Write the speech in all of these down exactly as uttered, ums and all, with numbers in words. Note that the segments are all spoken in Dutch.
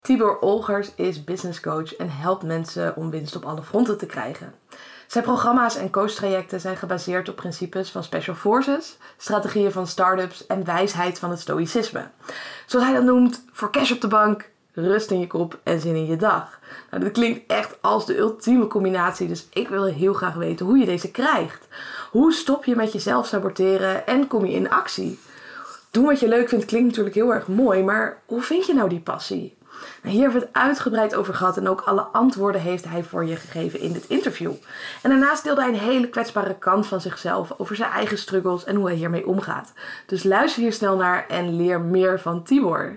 Tibor Olgers is businesscoach en helpt mensen om winst op alle fronten te krijgen. Zijn programma's en coachtrajecten zijn gebaseerd op principes van special forces, strategieën van start-ups en wijsheid van het stoïcisme. Zoals hij dat noemt, voor cash op de bank, rust in je kop en zin in je dag. Nou, dat klinkt echt als de ultieme combinatie, dus ik wil heel graag weten hoe je deze krijgt. Hoe stop je met jezelf saboteren en kom je in actie? Doen wat je leuk vindt klinkt natuurlijk heel erg mooi, maar hoe vind je nou die passie? Nou, hier hebben we het uitgebreid over gehad en ook alle antwoorden heeft hij voor je gegeven in dit interview. En daarnaast deelde hij een hele kwetsbare kant van zichzelf over zijn eigen struggles en hoe hij hiermee omgaat. Dus luister hier snel naar en leer meer van Tibor.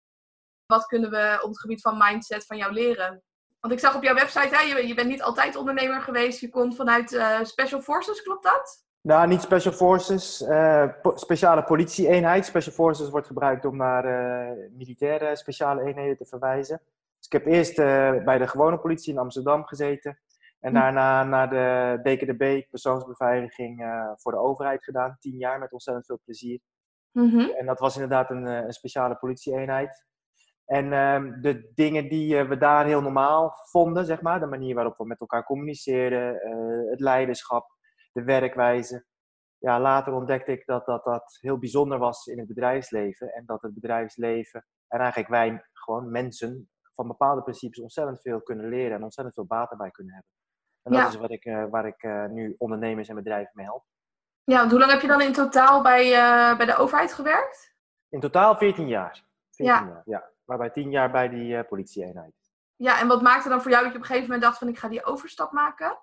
Wat kunnen we op het gebied van mindset van jou leren? Want ik zag op jouw website, hè, je, je bent niet altijd ondernemer geweest, je komt vanuit uh, Special Forces, klopt dat? Nou, niet Special Forces, uh, po- speciale politie-eenheid. Special Forces wordt gebruikt om naar uh, militaire speciale eenheden te verwijzen. Dus ik heb eerst uh, bij de gewone politie in Amsterdam gezeten. En hm. daarna naar de B K D B, persoonsbeveiliging, uh, voor de overheid gedaan. Tien jaar met ontzettend veel plezier. Mm-hmm. En dat was inderdaad een, een speciale politie-eenheid. En uh, de dingen die uh, we daar heel normaal vonden, zeg maar. De manier waarop we met elkaar communiceren, uh, het leiderschap. De werkwijze. Ja, later ontdekte ik dat, dat dat heel bijzonder was in het bedrijfsleven. En dat het bedrijfsleven en eigenlijk wij, gewoon mensen, van bepaalde principes ontzettend veel kunnen leren en ontzettend veel baat erbij kunnen hebben. En dat ja. is wat ik, uh, waar ik uh, nu ondernemers en bedrijven mee help. Ja, want hoe lang heb je dan in totaal bij, uh, bij de overheid gewerkt? In totaal veertien jaar. veertien ja. jaar, ja. Waarbij tien jaar bij die uh, politie-eenheid. Ja, en wat maakte dan voor jou dat je op een gegeven moment dacht van ik ga die overstap maken?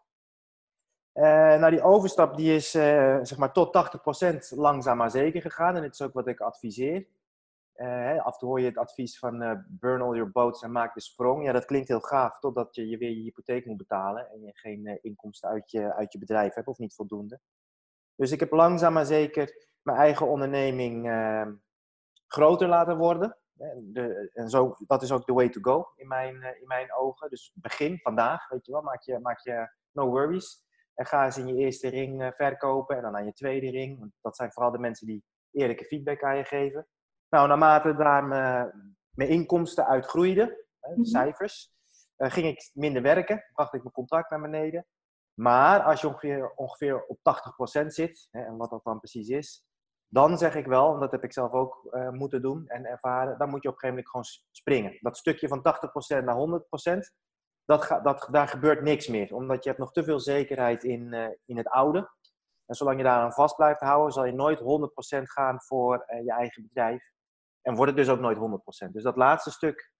Uh, nou, die overstap die is uh, zeg maar tot tachtig procent langzaam maar zeker gegaan. En dit is ook wat ik adviseer. Uh, hè, af en toe hoor je het advies van uh, burn all your boats en maak de sprong. Ja, dat klinkt heel gaaf, totdat je, je weer je hypotheek moet betalen. En je geen uh, inkomsten uit je, uit je bedrijf hebt, of niet voldoende. Dus ik heb langzaam maar zeker mijn eigen onderneming uh, groter laten worden. De, en zo, dat is ook the way to go in mijn, uh, in mijn ogen. Dus begin vandaag, weet je wel, maak je, maak je no worries. En ga eens in je eerste ring uh, verkopen en dan aan je tweede ring. Want dat zijn vooral de mensen die eerlijke feedback aan je geven. Nou, naarmate daar mijn, mijn inkomsten uitgroeiden, hè, de mm-hmm. cijfers, uh, ging ik minder werken. Bracht ik mijn contract naar beneden. Maar als je ongeveer, ongeveer op tachtig procent zit, hè, en wat dat dan precies is, dan zeg ik wel, en dat heb ik zelf ook uh, moeten doen en ervaren, dan moet je op een gegeven moment gewoon springen. Dat stukje van tachtig procent naar honderd procent. Dat ga, dat, daar gebeurt niks meer, omdat je hebt nog te veel zekerheid in, uh, in het oude. En zolang je daar aan vast blijft houden, zal je nooit honderd procent gaan voor uh, je eigen bedrijf. En wordt het dus ook nooit honderd procent. Dus dat laatste stuk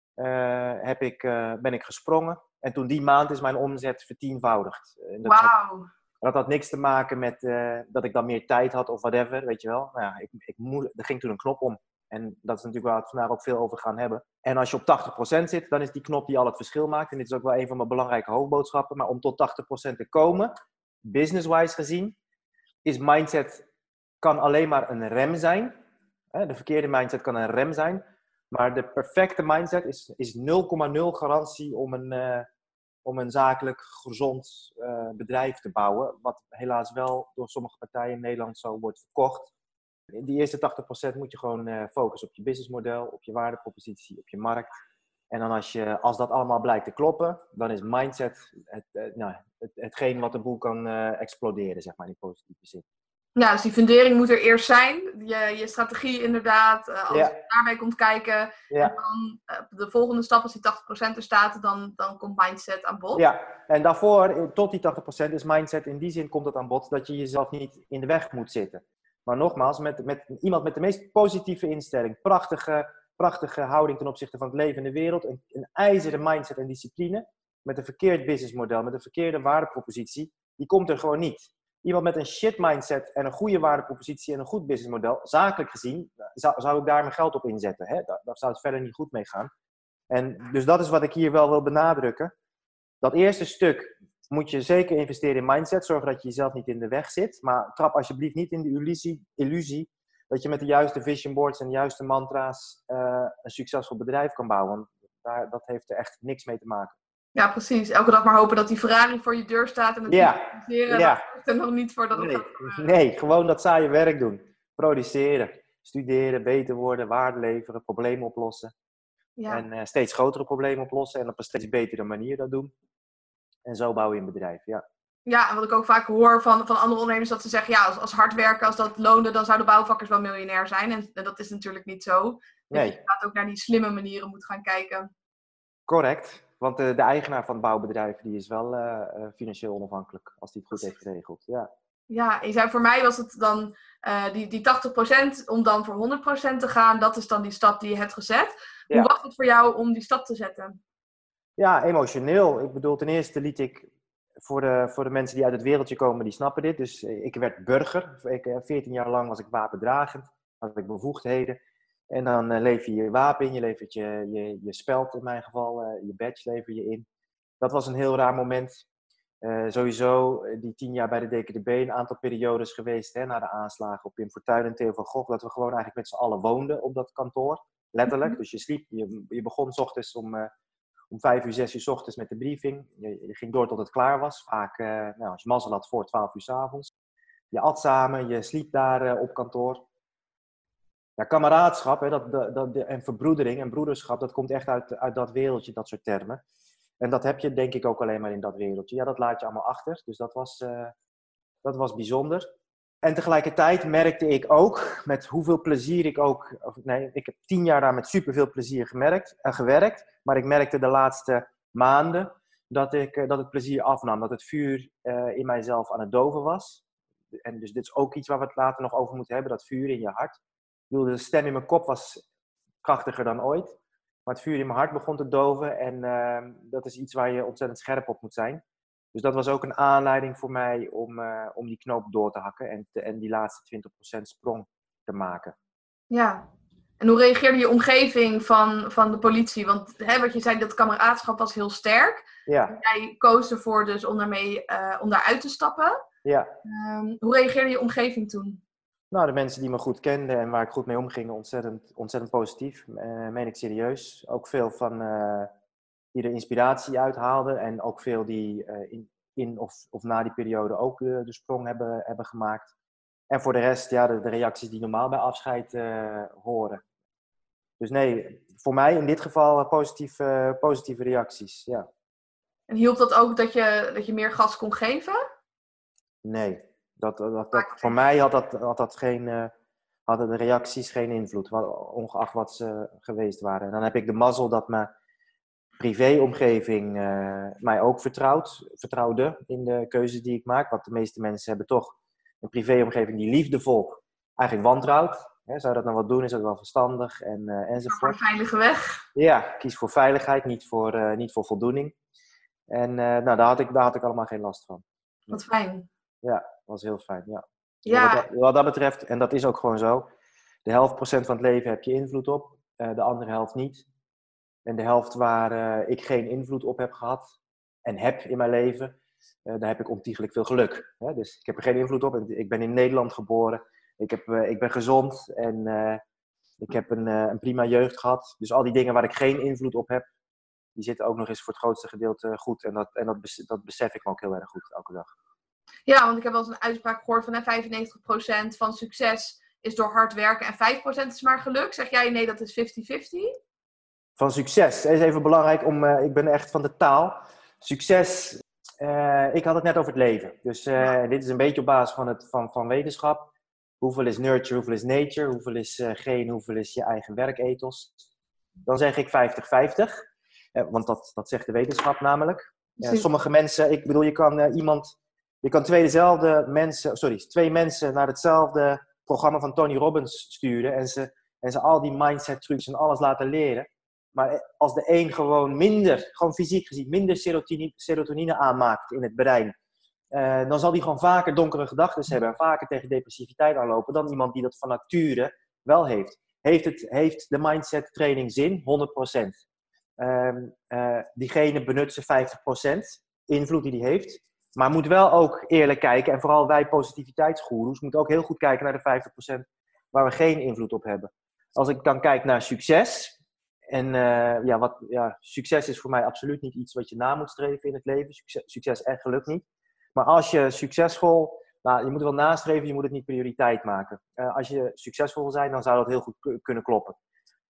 uh, heb ik, uh, ben ik gesprongen. En toen die maand is mijn omzet vertienvoudigd. Wauw. Dat had niks te maken met uh, dat ik dan meer tijd had of whatever, weet je wel. Nou ja, ik, ik moe, er ging toen een knop om. En dat is natuurlijk waar we het vandaag ook veel over gaan hebben. En als je op tachtig procent zit, dan is die knop die al het verschil maakt. En dit is ook wel een van mijn belangrijke hoofdboodschappen. Maar om tot tachtig procent te komen, business-wise gezien, is mindset kan alleen maar een rem zijn. De verkeerde mindset kan een rem zijn. Maar de perfecte mindset is, is nul komma nul garantie om een, uh, om een zakelijk gezond uh, bedrijf te bouwen. Wat helaas wel door sommige partijen in Nederland zo wordt verkocht. In die eerste tachtig procent moet je gewoon uh, focussen op je businessmodel, op je waardepropositie, op je markt. En dan als, je, als dat allemaal blijkt te kloppen, dan is mindset het, uh, nou, het, hetgeen wat de boel kan uh, exploderen, zeg maar, in positieve zin. Ja, dus die fundering moet er eerst zijn. Je, je strategie inderdaad, uh, als ja. je daarbij komt kijken. Ja. En dan uh, de volgende stap, als die tachtig procent er staat, dan, dan komt mindset aan bod. Ja, en daarvoor, tot die tachtig procent, is mindset in die zin komt het aan bod dat je jezelf niet in de weg moet zitten. Maar nogmaals, met, met iemand met de meest positieve instelling, prachtige, prachtige houding ten opzichte van het leven in de wereld, een, een ijzeren mindset en discipline, met een verkeerd businessmodel, met een verkeerde waardepropositie, die komt er gewoon niet. Iemand met een shit mindset en een goede waardepropositie en een goed businessmodel, zakelijk gezien, zou, zou ik daar mijn geld op inzetten. Hè? Daar, daar zou het verder niet goed mee gaan. En dus dat is wat ik hier wel wil benadrukken. Dat eerste stuk moet je zeker investeren in mindset. Zorg dat je jezelf niet in de weg zit. Maar trap alsjeblieft niet in de illusie, illusie dat je met de juiste vision boards en de juiste mantra's uh, een succesvol bedrijf kan bouwen. Want daar, dat heeft er echt niks mee te maken. Ja, precies. Elke dag maar hopen dat die Ferrari voor je deur staat en het ja. produceren. Ja. Dat is er nog niet voor dat het nee. gaat gebeuren. Nee, gewoon dat saaie werk doen. Produceren, studeren, beter worden, waarde leveren, problemen oplossen. Ja. En uh, steeds grotere problemen oplossen en op een steeds betere manier dat doen. En zo bouw je een bedrijf, ja. Ja, en wat ik ook vaak hoor van, van andere ondernemers, dat ze zeggen, ja, als, als hard werken, als dat loonde, dan zouden bouwvakkers wel miljonair zijn. En, en dat is natuurlijk niet zo. Dat Nee. je inderdaad ook naar die slimme manieren moet gaan kijken. Correct, want uh, de eigenaar van het bouwbedrijf, die is wel uh, uh, financieel onafhankelijk, als die het goed heeft geregeld, ja. Ja, je zei, voor mij was het dan uh, die, die tachtig procent om dan voor honderd procent te gaan. Dat is dan die stap die je hebt gezet. Hoe Ja. was het voor jou om die stap te zetten? Ja, emotioneel. Ik bedoel, ten eerste liet ik, voor de, voor de mensen die uit het wereldje komen, die snappen dit. Dus ik werd burger. Ik, veertien jaar lang was ik wapendragend. Had ik bevoegdheden. En dan uh, lever je je wapen in. Je levert je, je, je speld in mijn geval. Uh, je badge lever je in. Dat was een heel raar moment. Uh, sowieso die tien jaar bij de D K D B, een aantal periodes geweest, hè, na de aanslagen op Pim Fortuyn en Theo van Gogh, dat we gewoon eigenlijk met z'n allen woonden op dat kantoor. Letterlijk. Mm-hmm. Dus je sliep, je, je begon 's ochtends om, uh, om vijf uur, zes uur 's ochtends met de briefing. Je, je ging door tot het klaar was. Vaak, uh, nou, als je mazzel had, voor twaalf uur 's avonds. Je at samen, je sliep daar uh, op kantoor. Ja, kameraadschap, hè, dat, dat, dat, en verbroedering en broederschap, dat komt echt uit, uit dat wereldje, dat soort termen. En dat heb je denk ik ook alleen maar in dat wereldje. Ja, dat laat je allemaal achter. Dus dat was, uh, dat was bijzonder. En tegelijkertijd merkte ik ook, met hoeveel plezier ik ook... Of, nee, ik heb tien jaar daar met superveel plezier gemerkt, uh, gewerkt. Maar ik merkte de laatste maanden dat, ik, uh, dat het plezier afnam. Dat het vuur uh, in mijzelf aan het doven was. En dus dit is ook iets waar we het later nog over moeten hebben. Dat vuur in je hart. Ik bedoel, de stem in mijn kop was krachtiger dan ooit. Maar het vuur in mijn hart begon te doven en uh, dat is iets waar je ontzettend scherp op moet zijn. Dus dat was ook een aanleiding voor mij om, uh, om die knoop door te hakken en, te, en die laatste twintig procent sprong te maken. Ja, en hoe reageerde je omgeving van, van de politie? Want hè, wat je zei, dat kameraadschap was heel sterk. Ja. Jij koos ervoor dus om, daarmee, uh, om daaruit te stappen. Ja. Um, hoe reageerde je omgeving toen? Nou, de mensen die me goed kenden en waar ik goed mee omging, ontzettend, ontzettend positief. Uh, meen ik serieus. Ook veel van uh, die er inspiratie uit haalden. En ook veel die uh, in, in of, of na die periode ook uh, de sprong hebben, hebben gemaakt. En voor de rest, ja, de, de reacties die normaal bij afscheid uh, horen. Dus nee, voor mij in dit geval uh, positief, uh, positieve reacties, ja. En hielp dat ook dat je, dat je meer gas kon geven? Nee. Dat, dat, dat, voor mij had dat, had dat geen, uh, hadden de reacties geen invloed, ongeacht wat ze geweest waren. En dan heb ik de mazzel dat mijn privéomgeving uh, mij ook vertrouwt, vertrouwde in de keuzes die ik maak. Want de meeste mensen hebben toch een privéomgeving die liefdevol eigenlijk wantrouwt. Hè, zou dat nou wat doen? Is dat wel verstandig? En, uh, enzovoort. Voor een veilige weg. Ja, kies voor veiligheid, niet voor, uh, niet voor voldoening. En uh, nou, daar, had ik, daar had ik allemaal geen last van. Wat fijn. Ja, dat was heel fijn, ja. Ja. Wat, dat, wat dat betreft, en dat is ook gewoon zo, de helft procent van het leven heb je invloed op, uh, de andere helft niet. En de helft waar uh, ik geen invloed op heb gehad en heb in mijn leven, uh, daar heb ik ontiegelijk veel geluk. Hè? Dus ik heb er geen invloed op. Ik ben in Nederland geboren, ik, heb, uh, ik ben gezond en uh, ik heb een, uh, een prima jeugd gehad. Dus al die dingen waar ik geen invloed op heb, die zitten ook nog eens voor het grootste gedeelte goed. En dat, en dat, bes- dat besef ik me ook heel erg goed elke dag. Ja, want ik heb wel eens een uitspraak gehoord van hè, vijfennegentig procent van succes is door hard werken en vijf procent is maar geluk. Zeg jij nee, dat is vijftig vijftig? Van succes. Het is even belangrijk om, uh, ik ben echt van de taal. Succes, uh, ik had het net over het leven. Dus uh, ja. Dit is een beetje op basis van, het, van, van wetenschap. Hoeveel is nurture, hoeveel is nature, hoeveel is uh, geen, hoeveel is je eigen werkethos. Dan zeg ik vijftig vijftig. Uh, want dat, dat zegt de wetenschap namelijk. Uh, sommige mensen, ik bedoel, je kan uh, iemand... Je kan twee dezelfde mensen, sorry, twee mensen naar hetzelfde programma van Tony Robbins sturen en ze, en ze al die mindset trucs en alles laten leren. Maar als de een gewoon minder, gewoon fysiek gezien, minder serotonine, serotonine aanmaakt in het brein, uh, dan zal die gewoon vaker donkere gedachten hebben en vaker tegen depressiviteit aanlopen dan iemand die dat van nature wel heeft. Heeft, het, heeft de mindset training zin? honderd procent. Uh, uh, diegene benut ze vijftig procent invloed die die heeft. Maar moet wel ook eerlijk kijken, en vooral wij positiviteitsgoeroes, moeten ook heel goed kijken naar de vijftig procent waar we geen invloed op hebben. Als ik dan kijk naar succes, en uh, ja, wat, ja, succes is voor mij absoluut niet iets wat je na moet streven in het leven. Succes, succes en geluk niet. Maar als je succesvol, nou, je moet er wel nastreven, je moet het niet prioriteit maken. Uh, als je succesvol wil zijn, dan zou dat heel goed k- kunnen kloppen.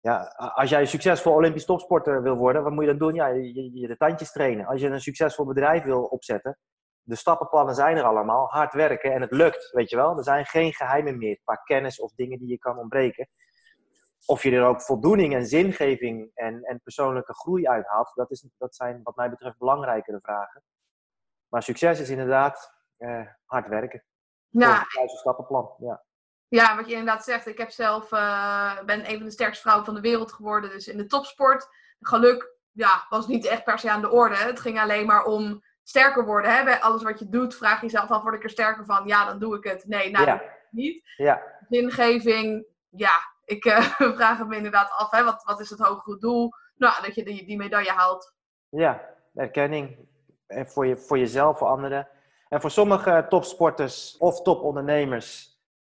Ja, als jij een succesvol Olympisch topsporter wil worden, wat moet je dan doen? Ja, je, je, je de tandjes trainen. Als je een succesvol bedrijf wil opzetten, de stappenplannen zijn er allemaal. Hard werken en het lukt, weet je wel. Er zijn geen geheimen meer qua kennis of dingen die je kan ontbreken. Of je er ook voldoening en zingeving en, en persoonlijke groei uithaalt, dat, is, dat zijn wat mij betreft belangrijkere vragen. Maar succes is inderdaad uh, hard werken. Ja. Volgens het juiste stappenplan, ja. Ja, wat je inderdaad zegt. Ik heb zelf, uh, ben een van de sterkste vrouwen van de wereld geworden. Dus in de topsport. Geluk ja, was niet echt per se aan de orde. Het ging alleen maar om sterker worden. Hè? Bij alles wat je doet, vraag je jezelf af, word ik er sterker van? Ja, dan doe ik het. Nee, nou, ja. dat doe ik niet. Ja. Zingeving, ja, ik uh, vraag het me inderdaad af. Hè? Wat, wat is het hogere doel? Nou, dat je die, die medaille haalt. Ja, erkenning. En voor, je, voor jezelf, voor anderen. En voor sommige topsporters of topondernemers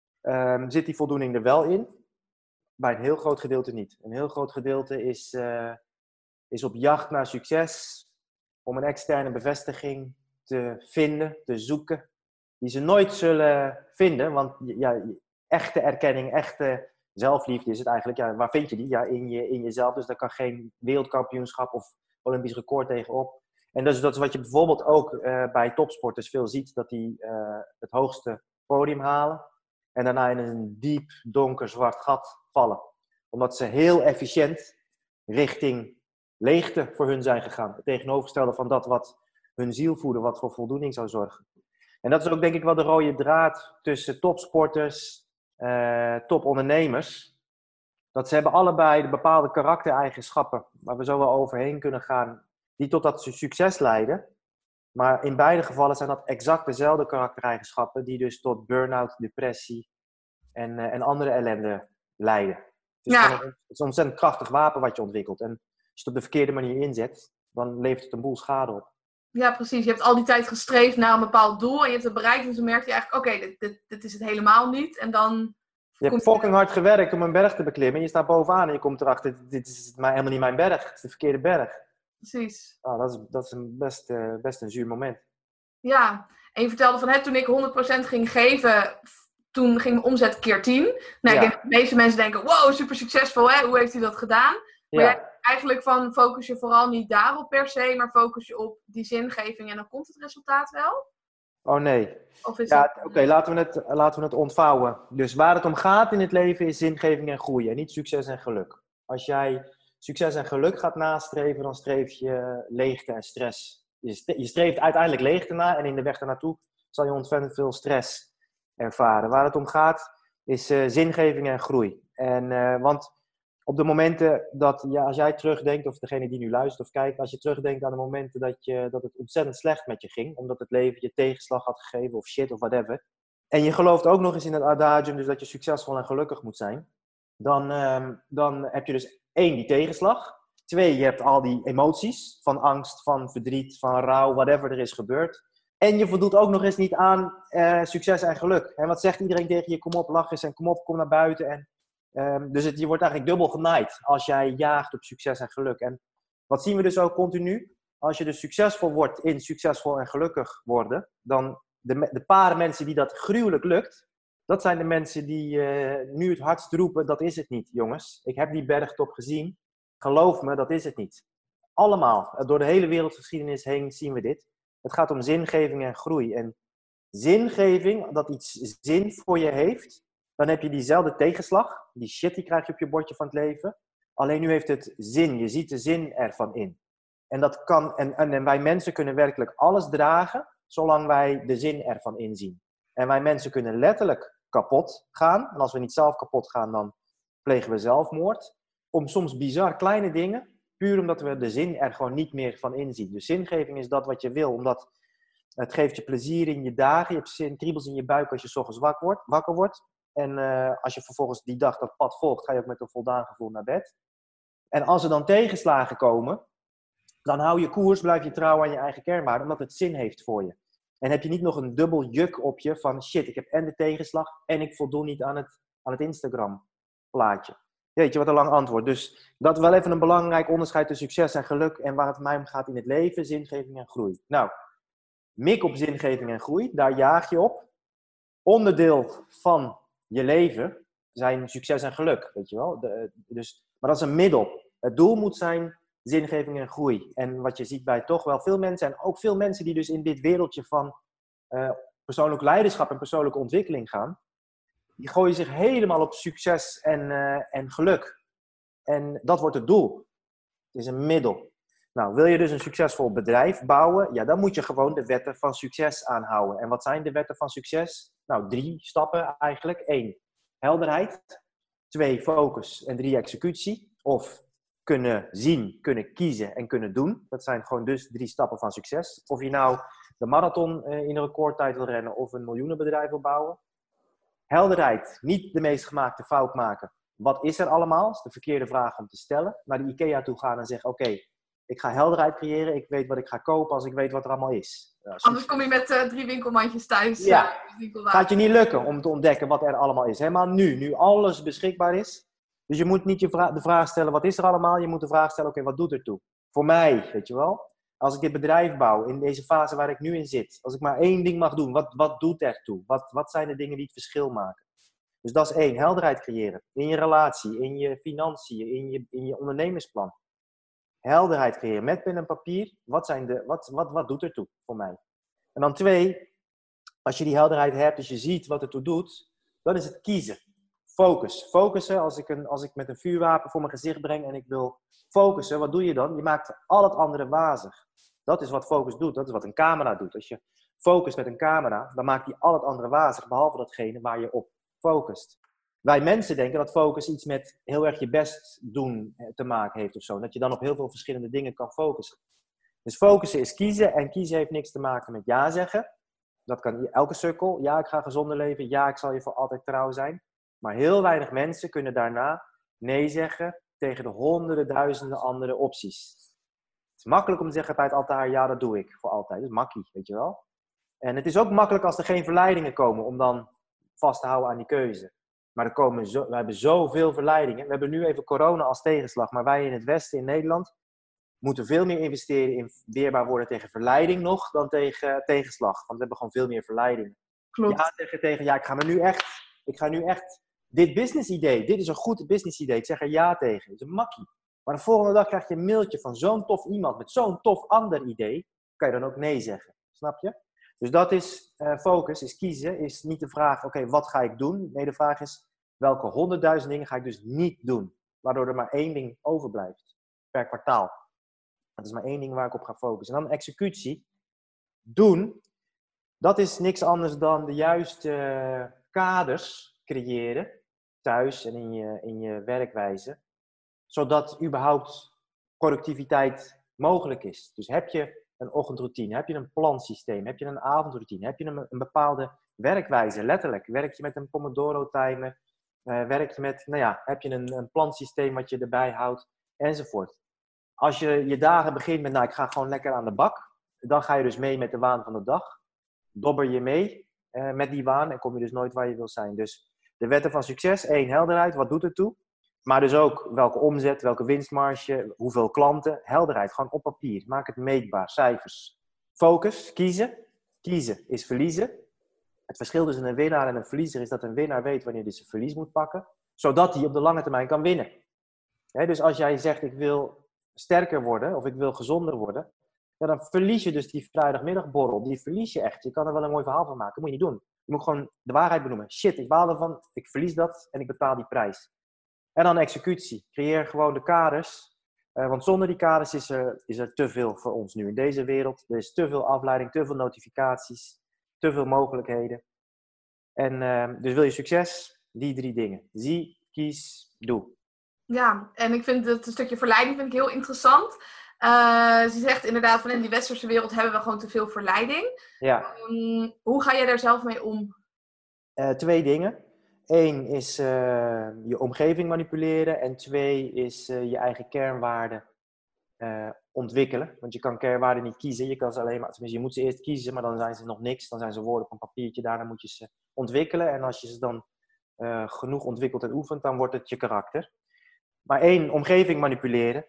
um, zit die voldoening er wel in. Bij een heel groot gedeelte niet. Een heel groot gedeelte is, uh, is op jacht naar succes. Om een externe bevestiging te vinden, te zoeken. Die ze nooit zullen vinden. Want ja, echte erkenning, echte zelfliefde is het eigenlijk. Ja, waar vind je die? Ja, in, je, in jezelf. Dus daar kan geen wereldkampioenschap of Olympisch record tegenop. En dat is, dat is wat je bijvoorbeeld ook uh, bij topsporters veel ziet. Dat die uh, het hoogste podium halen. En daarna in een diep, donker, zwart gat vallen. Omdat ze heel efficiënt richting leegte voor hun zijn gegaan. Het tegenovergestelde van dat wat hun ziel voedde, wat voor voldoening zou zorgen. En dat is ook denk ik wel de rode draad tussen topsporters, uh, topondernemers. Dat ze hebben allebei de bepaalde karaktereigenschappen, waar we zo wel overheen kunnen gaan, die tot dat succes leiden. Maar in beide gevallen zijn dat exact dezelfde karaktereigenschappen, die dus tot burn-out, depressie en, uh, en andere ellende leiden. Het is, ja. een, het is een ontzettend krachtig wapen wat je ontwikkelt. En als je het op de verkeerde manier inzet, dan levert het een boel schade op. Ja, precies. Je hebt al die tijd gestreefd naar een bepaald doel en je hebt het bereikt en toen merk je eigenlijk, oké, okay, dit, dit, dit is het helemaal niet. En dan... Je hebt fucking hard gewerkt om een berg te beklimmen en je staat bovenaan en je komt erachter, dit, dit is maar helemaal niet mijn berg, het is de verkeerde berg. Precies. Oh, dat is, dat is een best, uh, best een zuur moment. Ja, en je vertelde van, hè, toen ik honderd procent ging geven, toen ging mijn omzet keer tien. Nou, ja. Ik denk dat de meeste mensen denken, wow, super succesvol, hè? Hoe heeft hij dat gedaan? Maar ja. jij, eigenlijk van, focus je vooral niet daarop per se, maar focus je op die zingeving en dan komt het resultaat wel? Oh nee. Of is ja, dat... Oké, okay, laten, laten we het ontvouwen. Dus waar het om gaat in het leven is zingeving en groei en niet succes en geluk. Als jij succes en geluk gaat nastreven, dan streef je leegte en stress. Je streeft uiteindelijk leegte na en in de weg daarnaartoe zal je ontzettend veel stress ervaren. Waar het om gaat is uh, zingeving en groei. En, uh, want op de momenten dat, ja, als jij terugdenkt, of degene die nu luistert of kijkt, als je terugdenkt aan de momenten dat, je, dat het ontzettend slecht met je ging, omdat het leven je tegenslag had gegeven of shit of whatever, en je gelooft ook nog eens in het adagium, dus dat je succesvol en gelukkig moet zijn, dan, um, dan heb je dus één, die tegenslag. Twee, je hebt al die emoties van angst, van verdriet, van rouw, whatever er is gebeurd. En je voldoet ook nog eens niet aan uh, succes en geluk. En wat zegt iedereen tegen je? Kom op, lach eens en kom op, kom naar buiten. En, um, dus het, je wordt eigenlijk dubbel genaaid als jij jaagt op succes en geluk. En wat zien we dus ook continu? Als je dus succesvol wordt in succesvol en gelukkig worden, dan de, de paar mensen die dat gruwelijk lukt, dat zijn de mensen die uh, nu het hardst roepen, dat is het niet, jongens. Ik heb die bergtop gezien. Geloof me, dat is het niet. Allemaal, door de hele wereldgeschiedenis heen zien we dit. Het gaat om zingeving en groei. En zingeving, dat iets zin voor je heeft, dan heb je diezelfde tegenslag. Die shit die krijg je op je bordje van het leven. Alleen nu heeft het zin. Je ziet de zin ervan in. En, dat kan, en, en, en wij mensen kunnen werkelijk alles dragen, zolang wij de zin ervan inzien. En wij mensen kunnen letterlijk kapot gaan. En als we niet zelf kapot gaan, dan plegen we zelfmoord. Om soms bizar kleine dingen, puur omdat we de zin er gewoon niet meer van inzien. Dus zingeving is dat wat je wil, omdat het geeft je plezier in je dagen. Je hebt zin, kriebels in je buik als je 's ochtends wakker wordt. Wakker wordt. En uh, als je vervolgens die dag dat pad volgt, ga je ook met een voldaan gevoel naar bed. En als er dan tegenslagen komen, dan hou je koers, blijf je trouw aan je eigen kernwaarden, omdat het zin heeft voor je. En heb je niet nog een dubbel juk op je van shit, ik heb en de tegenslag en ik voldoen niet aan het, aan het Instagram plaatje. Weet je, wat een lang antwoord. Dus dat is wel even een belangrijk onderscheid tussen succes en geluk en waar het mij om gaat in het leven, zingeving en groei. Nou, mik op zingeving en groei, daar jaag je op. Onderdeel van je leven zijn succes en geluk, weet je wel. De, dus Maar dat is een middel. Het doel moet zijn zingeving en groei. En wat je ziet bij toch wel veel mensen, en ook veel mensen die dus in dit wereldje van uh, persoonlijk leiderschap en persoonlijke ontwikkeling gaan, die gooien zich helemaal op succes en, uh, en geluk. En dat wordt het doel. Het is een middel. Nou, wil je dus een succesvol bedrijf bouwen, ja, dan moet je gewoon de wetten van succes aanhouden. En wat zijn de wetten van succes? Nou, drie stappen eigenlijk. Eén, helderheid. Twee, focus. En drie, executie. Of kunnen zien, kunnen kiezen en kunnen doen. Dat zijn gewoon dus drie stappen van succes. Of je nou de marathon in een recordtijd wil rennen of een miljoenenbedrijf wil bouwen. Helderheid. Niet de meest gemaakte fout maken. Wat is er allemaal? Dat is de verkeerde vraag om te stellen. Naar de IKEA toe gaan en zeggen, oké, okay, ik ga helderheid creëren. Ik weet wat ik ga kopen als ik weet wat er allemaal is. Ja, anders kom je met uh, drie winkelmandjes thuis. Ja, uh, gaat je niet lukken om te ontdekken wat er allemaal is. Helemaal nu, nu alles beschikbaar is. Dus je moet niet je vra- de vraag stellen, wat is er allemaal? Je moet de vraag stellen, oké, okay, wat doet er toe? Voor mij, weet je wel. Als ik dit bedrijf bouw, in deze fase waar ik nu in zit. Als ik maar één ding mag doen, wat, wat doet er toe? Wat, wat zijn de dingen die het verschil maken? Dus dat is één, helderheid creëren. In je relatie, in je financiën, in je, in je ondernemersplan. Helderheid creëren met pen en papier. Wat, zijn de, wat, wat, wat doet er toe voor mij? En dan twee, als je die helderheid hebt, dus je ziet wat het toe doet, dan is het kiezen. Focus. Focussen, als ik, een, als ik met een vuurwapen voor mijn gezicht breng en ik wil focussen, wat doe je dan? Je maakt al het andere wazig. Dat is wat focus doet, dat is wat een camera doet. Als je focust met een camera, dan maakt die al het andere wazig, behalve datgene waar je op focust. Wij mensen denken dat focus iets met heel erg je best doen te maken heeft of zo. Dat je dan op heel veel verschillende dingen kan focussen. Dus focussen is kiezen en kiezen heeft niks te maken met ja zeggen. Dat kan elke cirkel. Ja, ik ga gezonder leven. Ja, ik zal je voor altijd trouw zijn. Maar heel weinig mensen kunnen daarna nee zeggen tegen de honderden, duizenden andere opties. Het is makkelijk om te zeggen bij het altaar, ja, dat doe ik voor altijd. Dat is makkie, weet je wel. En het is ook makkelijk als er geen verleidingen komen om dan vast te houden aan die keuze. Maar er komen zo, we hebben zoveel verleidingen. We hebben nu even corona als tegenslag. Maar wij in het Westen, in Nederland, moeten veel meer investeren in weerbaar worden tegen verleiding nog dan tegen uh, tegenslag. Want we hebben gewoon veel meer verleidingen. Klopt. Ja zeggen tegen, ja, ik ga me nu echt, ik ga nu echt, dit business idee, dit is een goed business idee. Ik zeg er ja tegen. Het is een makkie. Maar de volgende dag krijg je een mailtje van zo'n tof iemand met zo'n tof ander idee. Kan je dan ook nee zeggen. Snap je? Dus dat is uh, focus, is kiezen, is niet de vraag, oké, okay, wat ga ik doen? Nee, de vraag is, welke honderdduizend dingen ga ik dus niet doen? Waardoor er maar één ding overblijft per kwartaal. Dat is maar één ding waar ik op ga focussen. En dan executie. Doen, dat is niks anders dan de juiste uh, kaders creëren, thuis en in je, in je werkwijze, zodat überhaupt productiviteit mogelijk is. Dus heb je een ochtendroutine, heb je een plansysteem, heb je een avondroutine, heb je een, een bepaalde werkwijze, letterlijk. Werk je met een Pomodoro-timer, uh, werk je met, nou ja, heb je een, een plansysteem wat je erbij houdt, enzovoort. Als je je dagen begint met, nou, ik ga gewoon lekker aan de bak, dan ga je dus mee met de waan van de dag. Dobber je mee uh, met die waan en kom je dus nooit waar je wil zijn. Dus de wetten van succes, één, helderheid, wat doet het toe? Maar dus ook welke omzet, welke winstmarge, hoeveel klanten. Helderheid, gewoon op papier. Maak het meetbaar, cijfers. Focus, kiezen. Kiezen is verliezen. Het verschil tussen een winnaar en een verliezer is dat een winnaar weet wanneer hij zijn verlies moet pakken. Zodat hij op de lange termijn kan winnen. He, dus als jij zegt ik wil sterker worden of ik wil gezonder worden. Ja, dan verlies je dus die vrijdagmiddagborrel. Die verlies je echt. Je kan er wel een mooi verhaal van maken. Dat moet je niet doen. Je moet gewoon de waarheid benoemen. Shit, ik baal ervan. Ik verlies dat en ik betaal die prijs. En dan executie. Creëer gewoon de kaders. Uh, want zonder die kaders is er, is er te veel voor ons nu in deze wereld. Er is te veel afleiding, te veel notificaties, te veel mogelijkheden. En uh, dus wil je succes? Die drie dingen. Zie, kies, doe. Ja, en ik vind het een stukje verleiding vind ik heel interessant. Uh, ze zegt inderdaad van in die westerse wereld hebben we gewoon te veel verleiding. Ja. Um, hoe ga je daar zelf mee om? Uh, twee dingen. Eén is uh, je omgeving manipuleren. En twee is uh, je eigen kernwaarden uh, ontwikkelen. Want je kan kernwaarden niet kiezen. Je kan ze alleen maar, tenminste, je moet ze eerst kiezen, maar dan zijn ze nog niks. Dan zijn ze woorden op een papiertje. Daarna moet je ze ontwikkelen. En als je ze dan uh, genoeg ontwikkelt en oefent, dan wordt het je karakter. Maar één, omgeving manipuleren.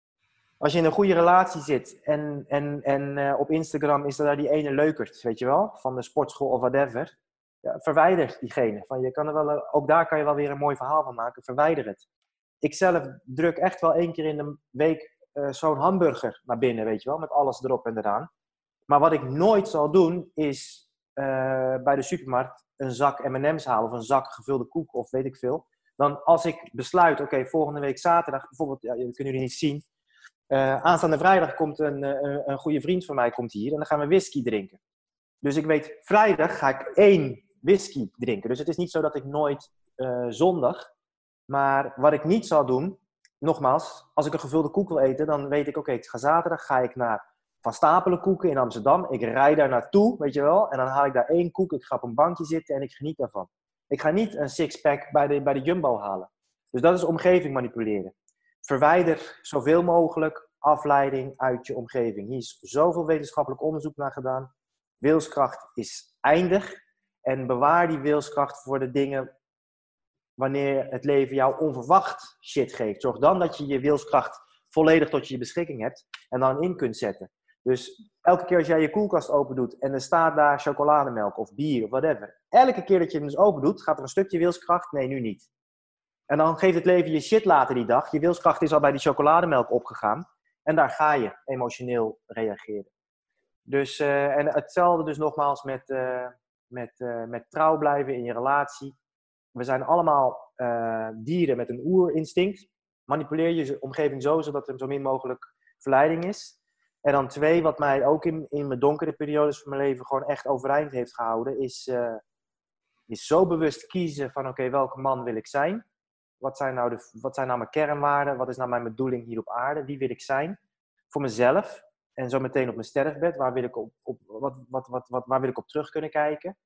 Als je in een goede relatie zit en, en, en uh, op Instagram is er daar die ene leukert, weet je wel, van de sportschool of whatever. Ja, verwijder diegene. Van je kan er wel, ook daar kan je wel weer een mooi verhaal van maken. Verwijder het. ik zelf druk echt wel één keer in de week uh, zo'n hamburger naar binnen, weet je wel, met alles erop en eraan. Maar wat ik nooit zal doen, is uh, bij de supermarkt een zak M en M's halen of een zak gevulde koek of weet ik veel. Dan als ik besluit, oké, okay, volgende week zaterdag, bijvoorbeeld, ja, dat kunnen jullie niet zien. Uh, aanstaande vrijdag komt een, een, een goede vriend van mij komt hier en dan gaan we whisky drinken. Dus ik weet, vrijdag ga ik één whisky drinken. Dus het is niet zo dat ik nooit uh, zondag. Maar wat ik niet zal doen, nogmaals, als ik een gevulde koek wil eten, dan weet ik, oké, okay, ik ga zaterdag ga ik naar Van Stapelen koeken in Amsterdam. Ik rij daar naartoe, weet je wel. En dan haal ik daar één koek, ik ga op een bankje zitten en ik geniet daarvan. Ik ga niet een sixpack bij de, bij de Jumbo halen. Dus dat is omgeving manipuleren. Verwijder zoveel mogelijk afleiding uit je omgeving. Hier is zoveel wetenschappelijk onderzoek naar gedaan. Wilskracht is eindig. En bewaar die wilskracht voor de dingen wanneer het leven jou onverwacht shit geeft. Zorg dan dat je je wilskracht volledig tot je beschikking hebt en dan in kunt zetten. Dus elke keer als jij je koelkast open doet en er staat daar chocolademelk of bier of whatever. Elke keer dat je hem dus open doet, gaat er een stukje wilskracht. Nee, nu niet. En dan geeft het leven je shit later die dag. Je wilskracht is al bij die chocolademelk opgegaan. En daar ga je emotioneel reageren. Dus, uh, en hetzelfde dus nogmaals met, uh, met, uh, met trouw blijven in je relatie. We zijn allemaal uh, dieren met een oerinstinct. Manipuleer je omgeving zo, zodat er zo min mogelijk verleiding is. En dan twee, wat mij ook in, in mijn donkere periodes van mijn leven gewoon echt overeind heeft gehouden, is, uh, is zo bewust kiezen van oké, okay, welke man wil ik zijn? Wat zijn, nou de, wat zijn nou mijn kernwaarden? Wat is nou mijn bedoeling hier op aarde? Wie wil ik zijn? Voor mezelf. En zo meteen op mijn sterfbed. Waar wil ik op, op, wat, wat, wat, wat, waar wil ik op terug kunnen kijken?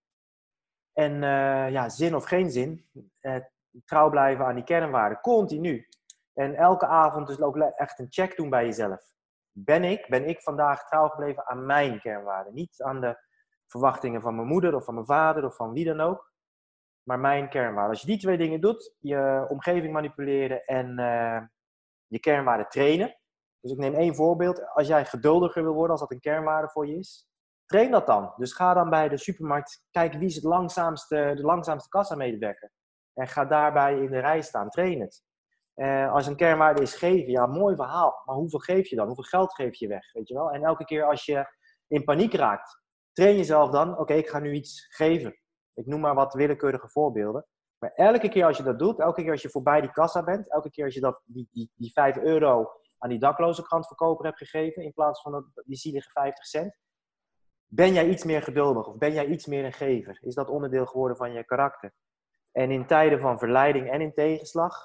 En uh, ja, zin of geen zin. Uh, trouw blijven aan die kernwaarden. Continu. En elke avond dus ook echt een check doen bij jezelf. Ben ik, ben ik vandaag trouw gebleven aan mijn kernwaarden? Niet aan de verwachtingen van mijn moeder of van mijn vader of van wie dan ook. Maar mijn kernwaarden. Als je die twee dingen doet, je omgeving manipuleren en uh, je kernwaarden trainen. Dus ik neem één voorbeeld. Als jij geduldiger wil worden, als dat een kernwaarde voor je is, train dat dan. Dus ga dan bij de supermarkt, kijk wie is het langzaamste, de langzaamste kassamedewerker. En ga daarbij in de rij staan, train het. Uh, als een kernwaarde is geven, ja, mooi verhaal. Maar hoeveel geef je dan? Hoeveel geld geef je weg? Weet je wel? En elke keer als je in paniek raakt, train jezelf dan, oké, okay, ik ga nu iets geven. Ik noem maar wat willekeurige voorbeelden. Maar elke keer als je dat doet, elke keer als je voorbij die kassa bent, elke keer als je dat, die, die, die vijf euro aan die dakloze krantverkoper hebt gegeven, in plaats van dat, die zielige vijftig cent, ben jij iets meer geduldig of ben jij iets meer een gever? Is dat onderdeel geworden van je karakter? En in tijden van verleiding en in tegenslag,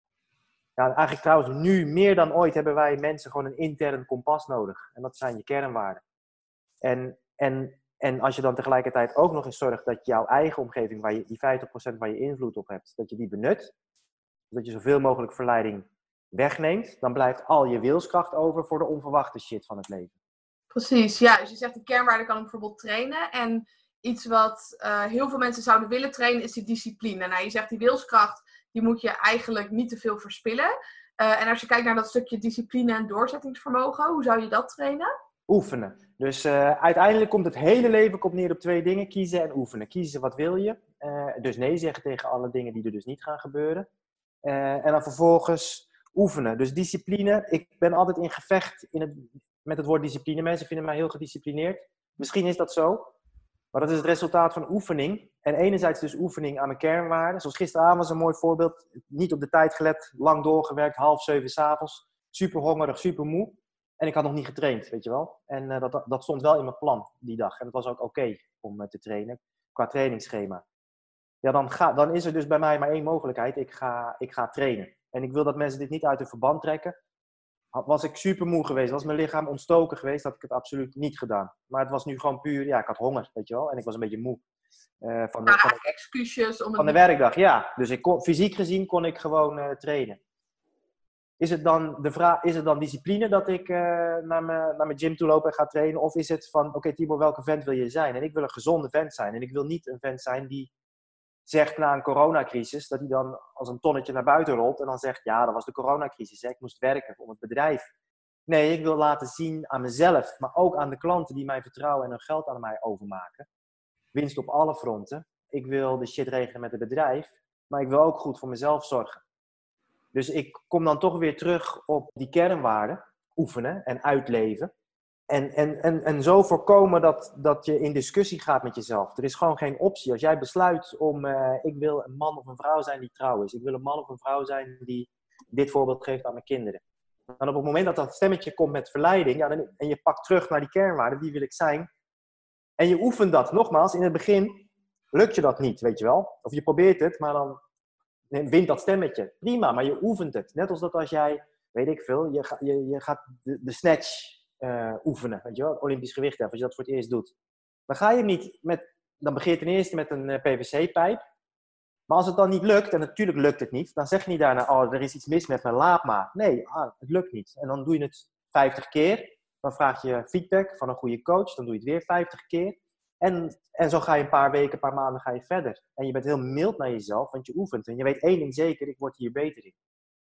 ja, eigenlijk trouwens nu meer dan ooit hebben wij mensen gewoon een intern kompas nodig. En dat zijn je kernwaarden. En, en En als je dan tegelijkertijd ook nog eens zorgt dat jouw eigen omgeving, waar je die vijftig procent waar je invloed op hebt, dat je die benut, dat je zoveel mogelijk verleiding wegneemt, dan blijft al je wilskracht over voor de onverwachte shit van het leven. Precies, ja. Dus je zegt de kernwaarde kan ik bijvoorbeeld trainen. En iets wat uh, heel veel mensen zouden willen trainen is die discipline. Nou, je zegt die wilskracht, die moet je eigenlijk niet te veel verspillen. Uh, en als je kijkt naar dat stukje discipline en doorzettingsvermogen, hoe zou je dat trainen? Oefenen. Dus uh, uiteindelijk komt het hele leven komt neer op twee dingen. Kiezen en oefenen. Kiezen wat wil je. Uh, dus nee zeggen tegen alle dingen die er dus niet gaan gebeuren. Uh, en dan vervolgens oefenen. Dus discipline. Ik ben altijd in gevecht in het, met het woord discipline. Mensen vinden mij heel gedisciplineerd. Misschien is dat zo. Maar dat is het resultaat van oefening. En enerzijds dus oefening aan mijn kernwaarden. Zoals gisteravond was een mooi voorbeeld. Niet op de tijd gelet. Lang doorgewerkt. Half zeven 's avonds. Super hongerig, super moe. En ik had nog niet getraind, weet je wel. En uh, dat, dat stond wel in mijn plan die dag. En het was ook oké okay om uh, te trainen, qua trainingsschema. Ja, dan, ga, dan is er dus bij mij maar één mogelijkheid. Ik ga, ik ga trainen. En ik wil dat mensen dit niet uit hun verband trekken. Was ik super moe geweest, was mijn lichaam ontstoken geweest, had ik het absoluut niet gedaan. Maar het was nu gewoon puur, ja, ik had honger, weet je wel. En ik was een beetje moe. Uh, van de, ja, van de, excuses om het van de werkdag, ja. Dus ik kon, fysiek gezien kon ik gewoon uh, trainen. Is het dan, de vraag, is het dan discipline dat ik uh, naar, mijn, naar mijn gym toe loop en ga trainen? Of is het van, oké okay, Tibor, welke vent wil je zijn? En ik wil een gezonde vent zijn. En ik wil niet een vent zijn die zegt na een coronacrisis, dat hij dan als een tonnetje naar buiten rolt. En dan zegt, ja, dat was de coronacrisis. Hè? Ik moest werken om het bedrijf. Nee, ik wil laten zien aan mezelf, maar ook aan de klanten die mij vertrouwen en hun geld aan mij overmaken. Winst op alle fronten. Ik wil de shit regelen met het bedrijf, maar ik wil ook goed voor mezelf zorgen. Dus ik kom dan toch weer terug op die kernwaarden. Oefenen en uitleven. En, en, en, en zo voorkomen dat, dat je in discussie gaat met jezelf. Er is gewoon geen optie. Als jij besluit om, uh, ik wil een man of een vrouw zijn die trouw is. Ik wil een man of een vrouw zijn die dit voorbeeld geeft aan mijn kinderen. Dan op het moment dat dat stemmetje komt met verleiding. Ja, dan, en je pakt terug naar die kernwaarden, die wil ik zijn. En je oefent dat. Nogmaals, in het begin lukt je dat niet, weet je wel. Of je probeert het, maar dan wint dat stemmetje. Prima, maar je oefent het. Net als dat als jij, weet ik veel, je, ga, je, je gaat de, de snatch uh, oefenen. Weet je wel, Olympisch gewichtheffer, als je dat voor het eerst doet. Dan ga je niet met, dan begin je ten eerste met een uh, P V C-pijp. Maar als het dan niet lukt, en natuurlijk lukt het niet, dan zeg je niet daarna, oh, er is iets mis met mijn laat maar. Nee, ah, het lukt niet. En dan doe je het vijftig keer. Dan vraag je feedback van een goede coach. Dan doe je het weer vijftig keer. En, en zo ga je een paar weken, een paar maanden ga je verder. En je bent heel mild naar jezelf, want je oefent. En je weet één ding zeker, ik word hier beter in.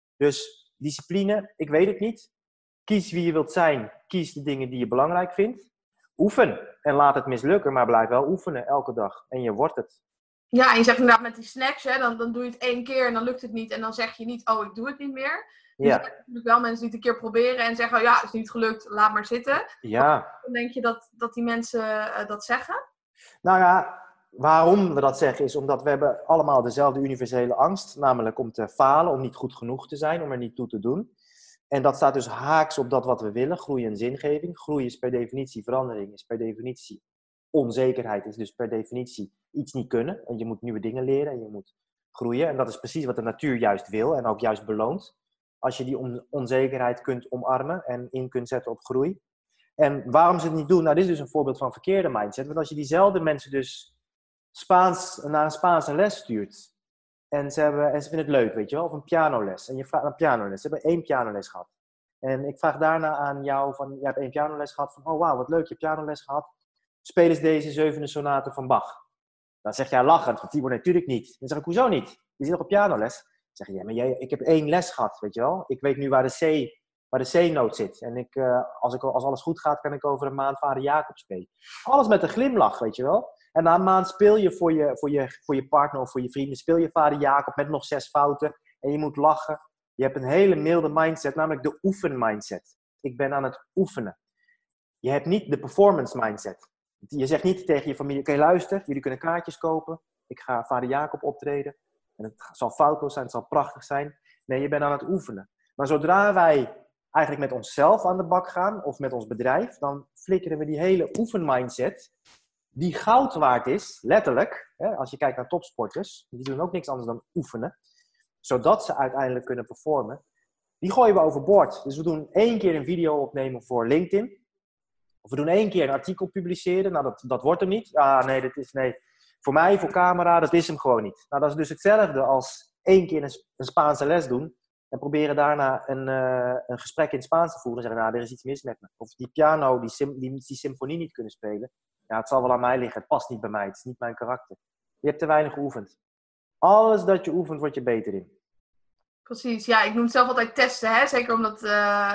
Dus discipline, ik weet het niet. Kies wie je wilt zijn. Kies de dingen die je belangrijk vindt. Oefen. En laat het mislukken, maar blijf wel oefenen elke dag. En je wordt het. Ja, en je zegt inderdaad met die snacks, hè, dan, dan doe je het één keer en dan lukt het niet. En dan zeg je niet, oh, ik doe het niet meer. Dus Ja. er zijn natuurlijk wel mensen die het een keer proberen en zeggen, oh ja, het is niet gelukt, laat maar zitten. Ja. Dan denk je dat, dat die mensen uh, dat zeggen? Nou ja, waarom we dat zeggen is omdat we hebben allemaal dezelfde universele angst. Namelijk om te falen, om niet goed genoeg te zijn, om er niet toe te doen. En dat staat dus haaks op dat wat we willen, groei en zingeving. Groei is per definitie verandering, is per definitie onzekerheid, is dus per definitie iets niet kunnen. En je moet nieuwe dingen leren en je moet groeien. En dat is precies wat de natuur juist wil en ook juist beloont. Als je die on- onzekerheid kunt omarmen en in kunt zetten op groei. En waarom ze het niet doen? Nou, dit is dus een voorbeeld van verkeerde mindset. Want als je diezelfde mensen dus Spaans, naar een Spaanse les stuurt. En ze, hebben, en ze vinden het leuk, weet je wel. Of een pianoles. En je vraagt een pianoles. Ze hebben één pianoles gehad. En ik vraag daarna aan jou van, je hebt één pianoles gehad. Van, oh wauw, wat leuk, je hebt pianoles gehad. Speel eens deze zevende sonate van Bach. Dan zeg jij lachend, van Tibor, natuurlijk niet. Dan zeg ik, hoezo niet? Je zit nog op pianoles. Dan zeg je, ja, maar jij, ik heb één les gehad, weet je wel. Ik weet nu waar de C... waar de C-noot zit. En ik, uh, als, ik, als alles goed gaat, kan ik over een maand Vader Jacob spelen. Alles met een glimlach, weet je wel. En na een maand speel je voor je, voor je, voor je partner of voor je vrienden, speel je Vader Jacob met nog zes fouten. En je moet lachen. Je hebt een hele milde mindset, namelijk de oefen-mindset. Ik ben aan het oefenen. Je hebt niet de performance mindset. Je zegt niet tegen je familie, oké, okay, luister, jullie kunnen kaartjes kopen. Ik ga Vader Jacob optreden. En het zal foutloos zijn, het zal prachtig zijn. Nee, je bent aan het oefenen. Maar zodra wij eigenlijk met onszelf aan de bak gaan, of met ons bedrijf, dan flikkeren we die hele oefenmindset, die goud waard is, letterlijk, hè, als je kijkt naar topsporters, die doen ook niks anders dan oefenen, zodat ze uiteindelijk kunnen performen, die gooien we overboord. Dus we doen één keer een video opnemen voor LinkedIn, of we doen één keer een artikel publiceren, nou dat, dat wordt hem niet. Ah nee, dat is, nee, voor mij, voor camera, dat is hem gewoon niet. Nou dat is dus hetzelfde als één keer een, een Spaanse les doen, en proberen daarna een, uh, een gesprek in het Spaans te voeren. En zeggen, nou, er is iets mis met me. Of die piano, die, sim, die, die symfonie niet kunnen spelen. Ja, het zal wel aan mij liggen. Het past niet bij mij. Het is niet mijn karakter. Je hebt te weinig geoefend. Alles dat je oefent, word je beter in. Precies, ja, ik noem het zelf altijd testen, hè? Zeker omdat uh,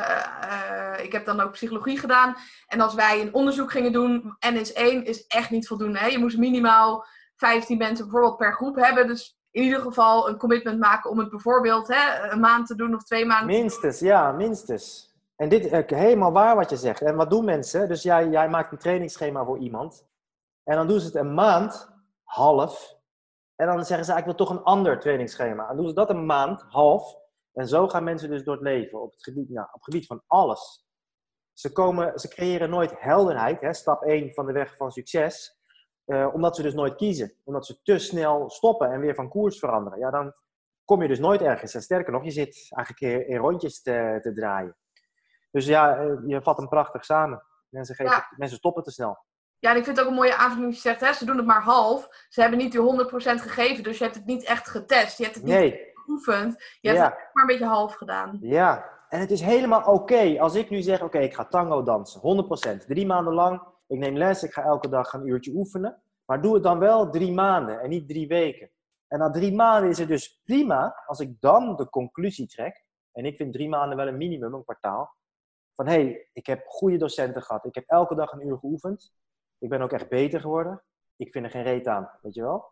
uh, ik heb dan ook psychologie gedaan. En als wij een onderzoek gingen doen, N is één is echt niet voldoende. Hè? Je moest minimaal vijftien mensen bijvoorbeeld per groep hebben. Dus in ieder geval een commitment maken om het bijvoorbeeld hè, een maand te doen of twee maanden. Minstens, ja, minstens. En dit is helemaal waar wat je zegt. En wat doen mensen? Dus jij, jij maakt een trainingsschema voor iemand. En dan doen ze het een maand, half. En dan zeggen ze, ik wil toch een ander trainingsschema. En dan doen ze dat een maand, half. En zo gaan mensen dus door het leven. Op het gebied, nou, op het gebied van alles. Ze, komen, ze creëren nooit helderheid. Hè, stap één van de weg van succes. Uh, omdat ze dus nooit kiezen. Omdat ze te snel stoppen en weer van koers veranderen. Ja, dan kom je dus nooit ergens. En sterker nog, je zit eigenlijk in rondjes te, te draaien. Dus ja, je vat hem prachtig samen. Mensen, geven, ja. mensen stoppen te snel. Ja, en ik vind het ook een mooie aanvulling dat je zegt, hè, ze doen het maar half. Ze hebben niet die honderd procent gegeven, dus je hebt het niet echt getest. Je hebt het niet nee. geoefend. Je hebt ja. het maar een beetje half gedaan. Ja, en het is helemaal oké. Okay. Als ik nu zeg, oké, okay, ik ga tango dansen. honderd procent. Drie maanden lang. Ik neem les, ik ga elke dag een uurtje oefenen. Maar doe het dan wel drie maanden en niet drie weken. En na drie maanden is het dus prima als ik dan de conclusie trek. En ik vind drie maanden wel een minimum, een kwartaal. Van hé, hey, ik heb goede docenten gehad. Ik heb elke dag een uur geoefend. Ik ben ook echt beter geworden. Ik vind er geen reet aan, weet je wel.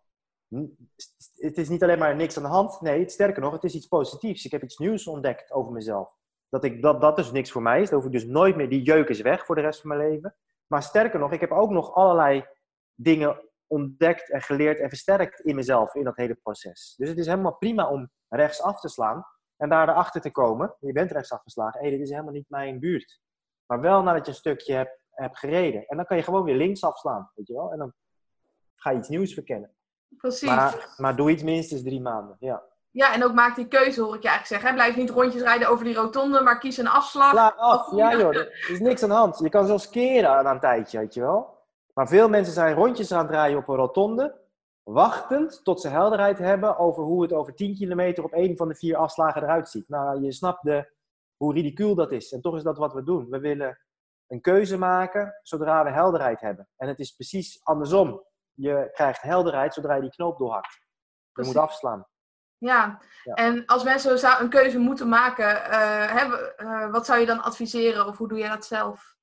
Het is niet alleen maar niks aan de hand. Nee, sterker nog, het is iets positiefs. Ik heb iets nieuws ontdekt over mezelf. Dat, ik, dat, dat dus niks voor mij is. Dat hoef ik dus nooit meer. Die jeuk is weg voor de rest van mijn leven. Maar sterker nog, ik heb ook nog allerlei dingen ontdekt en geleerd en versterkt in mezelf in dat hele proces. Dus het is helemaal prima om rechtsaf te slaan en daar erachter te komen. Je bent rechtsaf geslagen. Hé, dit is helemaal niet mijn buurt. Maar wel nadat je een stukje hebt, hebt gereden. En dan kan je gewoon weer links afslaan. Weet je wel? En dan ga je iets nieuws verkennen. Precies. Maar, maar doe iets minstens drie maanden. Ja. Ja, en ook maak die keuze, hoor ik je eigenlijk zeggen. Hè? Blijf niet rondjes rijden over die rotonde, maar kies een afslag. Sla af. Ja joh, er is niks aan de hand. Je kan zelfs keren aan een tijdje, weet je wel. Maar veel mensen zijn rondjes aan het draaien op een rotonde, wachtend tot ze helderheid hebben over hoe het over tien kilometer op één van de vier afslagen eruit ziet. Nou, je snapt de, hoe ridicuul dat is. En toch is dat wat we doen. We willen een keuze maken zodra we helderheid hebben. En het is precies andersom. Je krijgt helderheid zodra je die knoop doorhakt. Je Precies. moet afslaan. Ja. ja, en als mensen een keuze moeten maken, uh, hè, uh, wat zou je dan adviseren of hoe doe je dat zelf?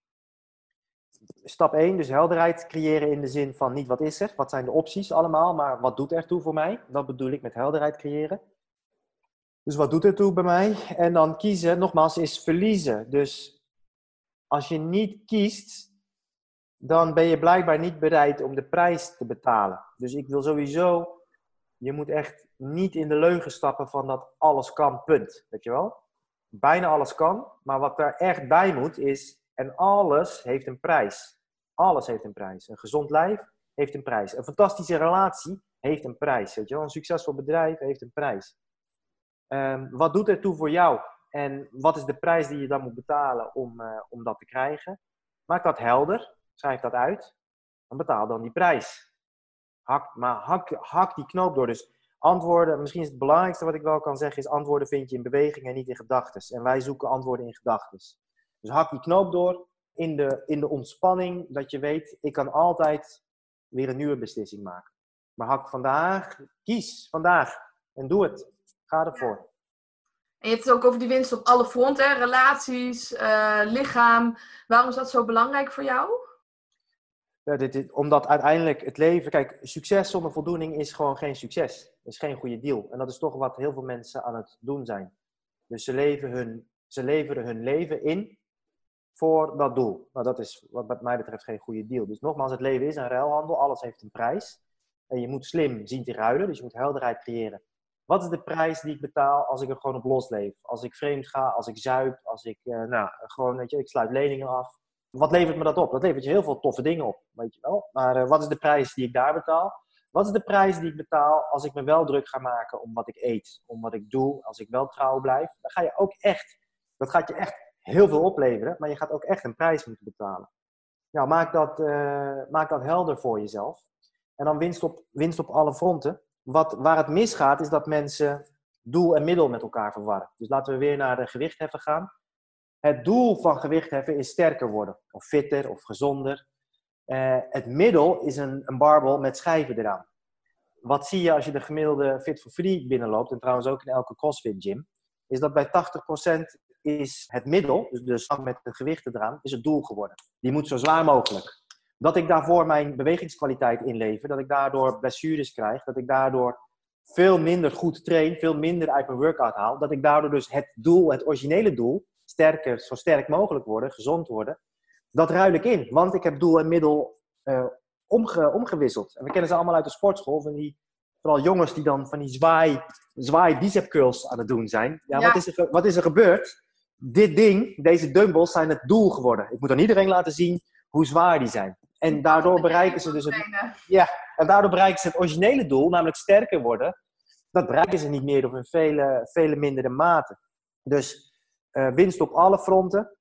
Stap één, dus helderheid creëren in de zin van niet wat is er, wat zijn de opties allemaal, maar wat doet er toe voor mij? Dat bedoel ik met helderheid creëren. Dus wat doet er toe bij mij? En dan kiezen, nogmaals, is verliezen. Dus als je niet kiest, dan ben je blijkbaar niet bereid om de prijs te betalen. Dus ik wil sowieso, je moet echt niet in de leugen stappen van dat alles kan, punt. Weet je wel? Bijna alles kan, maar wat daar echt bij moet is, en alles heeft een prijs. Alles heeft een prijs. Een gezond lijf heeft een prijs. Een fantastische relatie heeft een prijs. Weet je wel? Een succesvol bedrijf heeft een prijs. Um, wat doet er toe voor jou? En wat is de prijs die je dan moet betalen om, uh, om dat te krijgen? Maak dat helder. Schrijf dat uit. En betaal dan die prijs. Hak, maar hak, hak die knoop door. Dus antwoorden, misschien is het belangrijkste wat ik wel kan zeggen, is antwoorden vind je in beweging en niet in gedachten. En wij zoeken antwoorden in gedachten. Dus hak die knoop door in de, in de ontspanning dat je weet, ik kan altijd weer een nieuwe beslissing maken. Maar hak vandaag, kies vandaag en doe het. Ga ervoor. Ja. En je hebt het ook over die winst op alle fronten, relaties, uh, lichaam. Waarom is dat zo belangrijk voor jou? Ja, dit, dit, omdat uiteindelijk het leven... Kijk, succes zonder voldoening is gewoon geen succes. Dat is geen goede deal. En dat is toch wat heel veel mensen aan het doen zijn. Dus ze, leven hun, ze leveren hun leven in voor dat doel. Nou, dat is wat mij betreft geen goede deal. Dus nogmaals, het leven is een ruilhandel. Alles heeft een prijs. En je moet slim zien te ruilen. Dus je moet helderheid creëren. Wat is de prijs die ik betaal als ik er gewoon op losleef? Als ik vreemd ga, als ik zuip, als ik, uh, nou, gewoon, weet je, ik sluit leningen af. Wat levert me dat op? Dat levert je heel veel toffe dingen op, weet je wel. Maar uh, wat is de prijs die ik daar betaal? Wat is de prijs die ik betaal als ik me wel druk ga maken om wat ik eet? Om wat ik doe, als ik wel trouw blijf? Dan ga je ook echt, dat gaat je echt heel veel opleveren. Maar je gaat ook echt een prijs moeten betalen. Nou, maak dat, uh, maak dat helder voor jezelf. En dan winst op, winst op alle fronten. Wat, waar het misgaat is dat mensen doel en middel met elkaar verwarren. Dus laten we weer naar de gewichtheffen gaan. Het doel van gewichtheffen is sterker worden. Of fitter of gezonder. Uh, het middel is een, een barbel met schijven eraan. Wat zie je als je de gemiddelde Fit for Free binnenloopt, en trouwens ook in elke CrossFit gym, is dat bij tachtig procent is het middel, dus de stang met de gewichten eraan, is het doel geworden. Die moet zo zwaar mogelijk. Dat ik daarvoor mijn bewegingskwaliteit inlever, dat ik daardoor blessures krijg, dat ik daardoor veel minder goed train, veel minder uit mijn workout haal, dat ik daardoor dus het doel, het originele doel, sterker, zo sterk mogelijk worden, gezond worden, dat ruil ik in. Want ik heb doel en middel uh, omge, omgewisseld. En we kennen ze allemaal uit de sportschool, van die, vooral jongens die dan van die zwaai, zwaai bicep curls aan het doen zijn. Ja, ja. Wat, is er, wat is er gebeurd? Dit ding, deze dumbbells zijn het doel geworden. Ik moet aan iedereen laten zien hoe zwaar die zijn. En daardoor bereiken ze dus het, ja, en daardoor bereiken ze het originele doel, namelijk sterker worden. Dat bereiken ze niet meer of in vele, vele mindere mate. Dus uh, winst op alle fronten.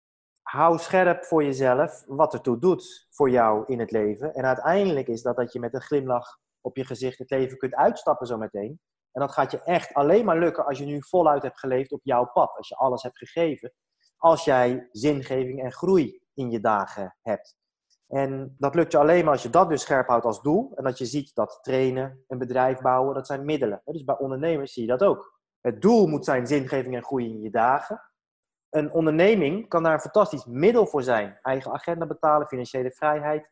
Hou scherp voor jezelf wat ertoe doet voor jou in het leven. En uiteindelijk is dat dat je met een glimlach op je gezicht het leven kunt uitstappen zometeen. En dat gaat je echt alleen maar lukken als je nu voluit hebt geleefd op jouw pad. Als je alles hebt gegeven. Als jij zingeving en groei in je dagen hebt. En dat lukt je alleen maar als je dat dus scherp houdt als doel. En dat je ziet dat trainen, een bedrijf bouwen, dat zijn middelen. Dus bij ondernemers zie je dat ook. Het doel moet zijn zingeving en groei in je dagen. Een onderneming kan daar een fantastisch middel voor zijn. Eigen agenda betalen, financiële vrijheid.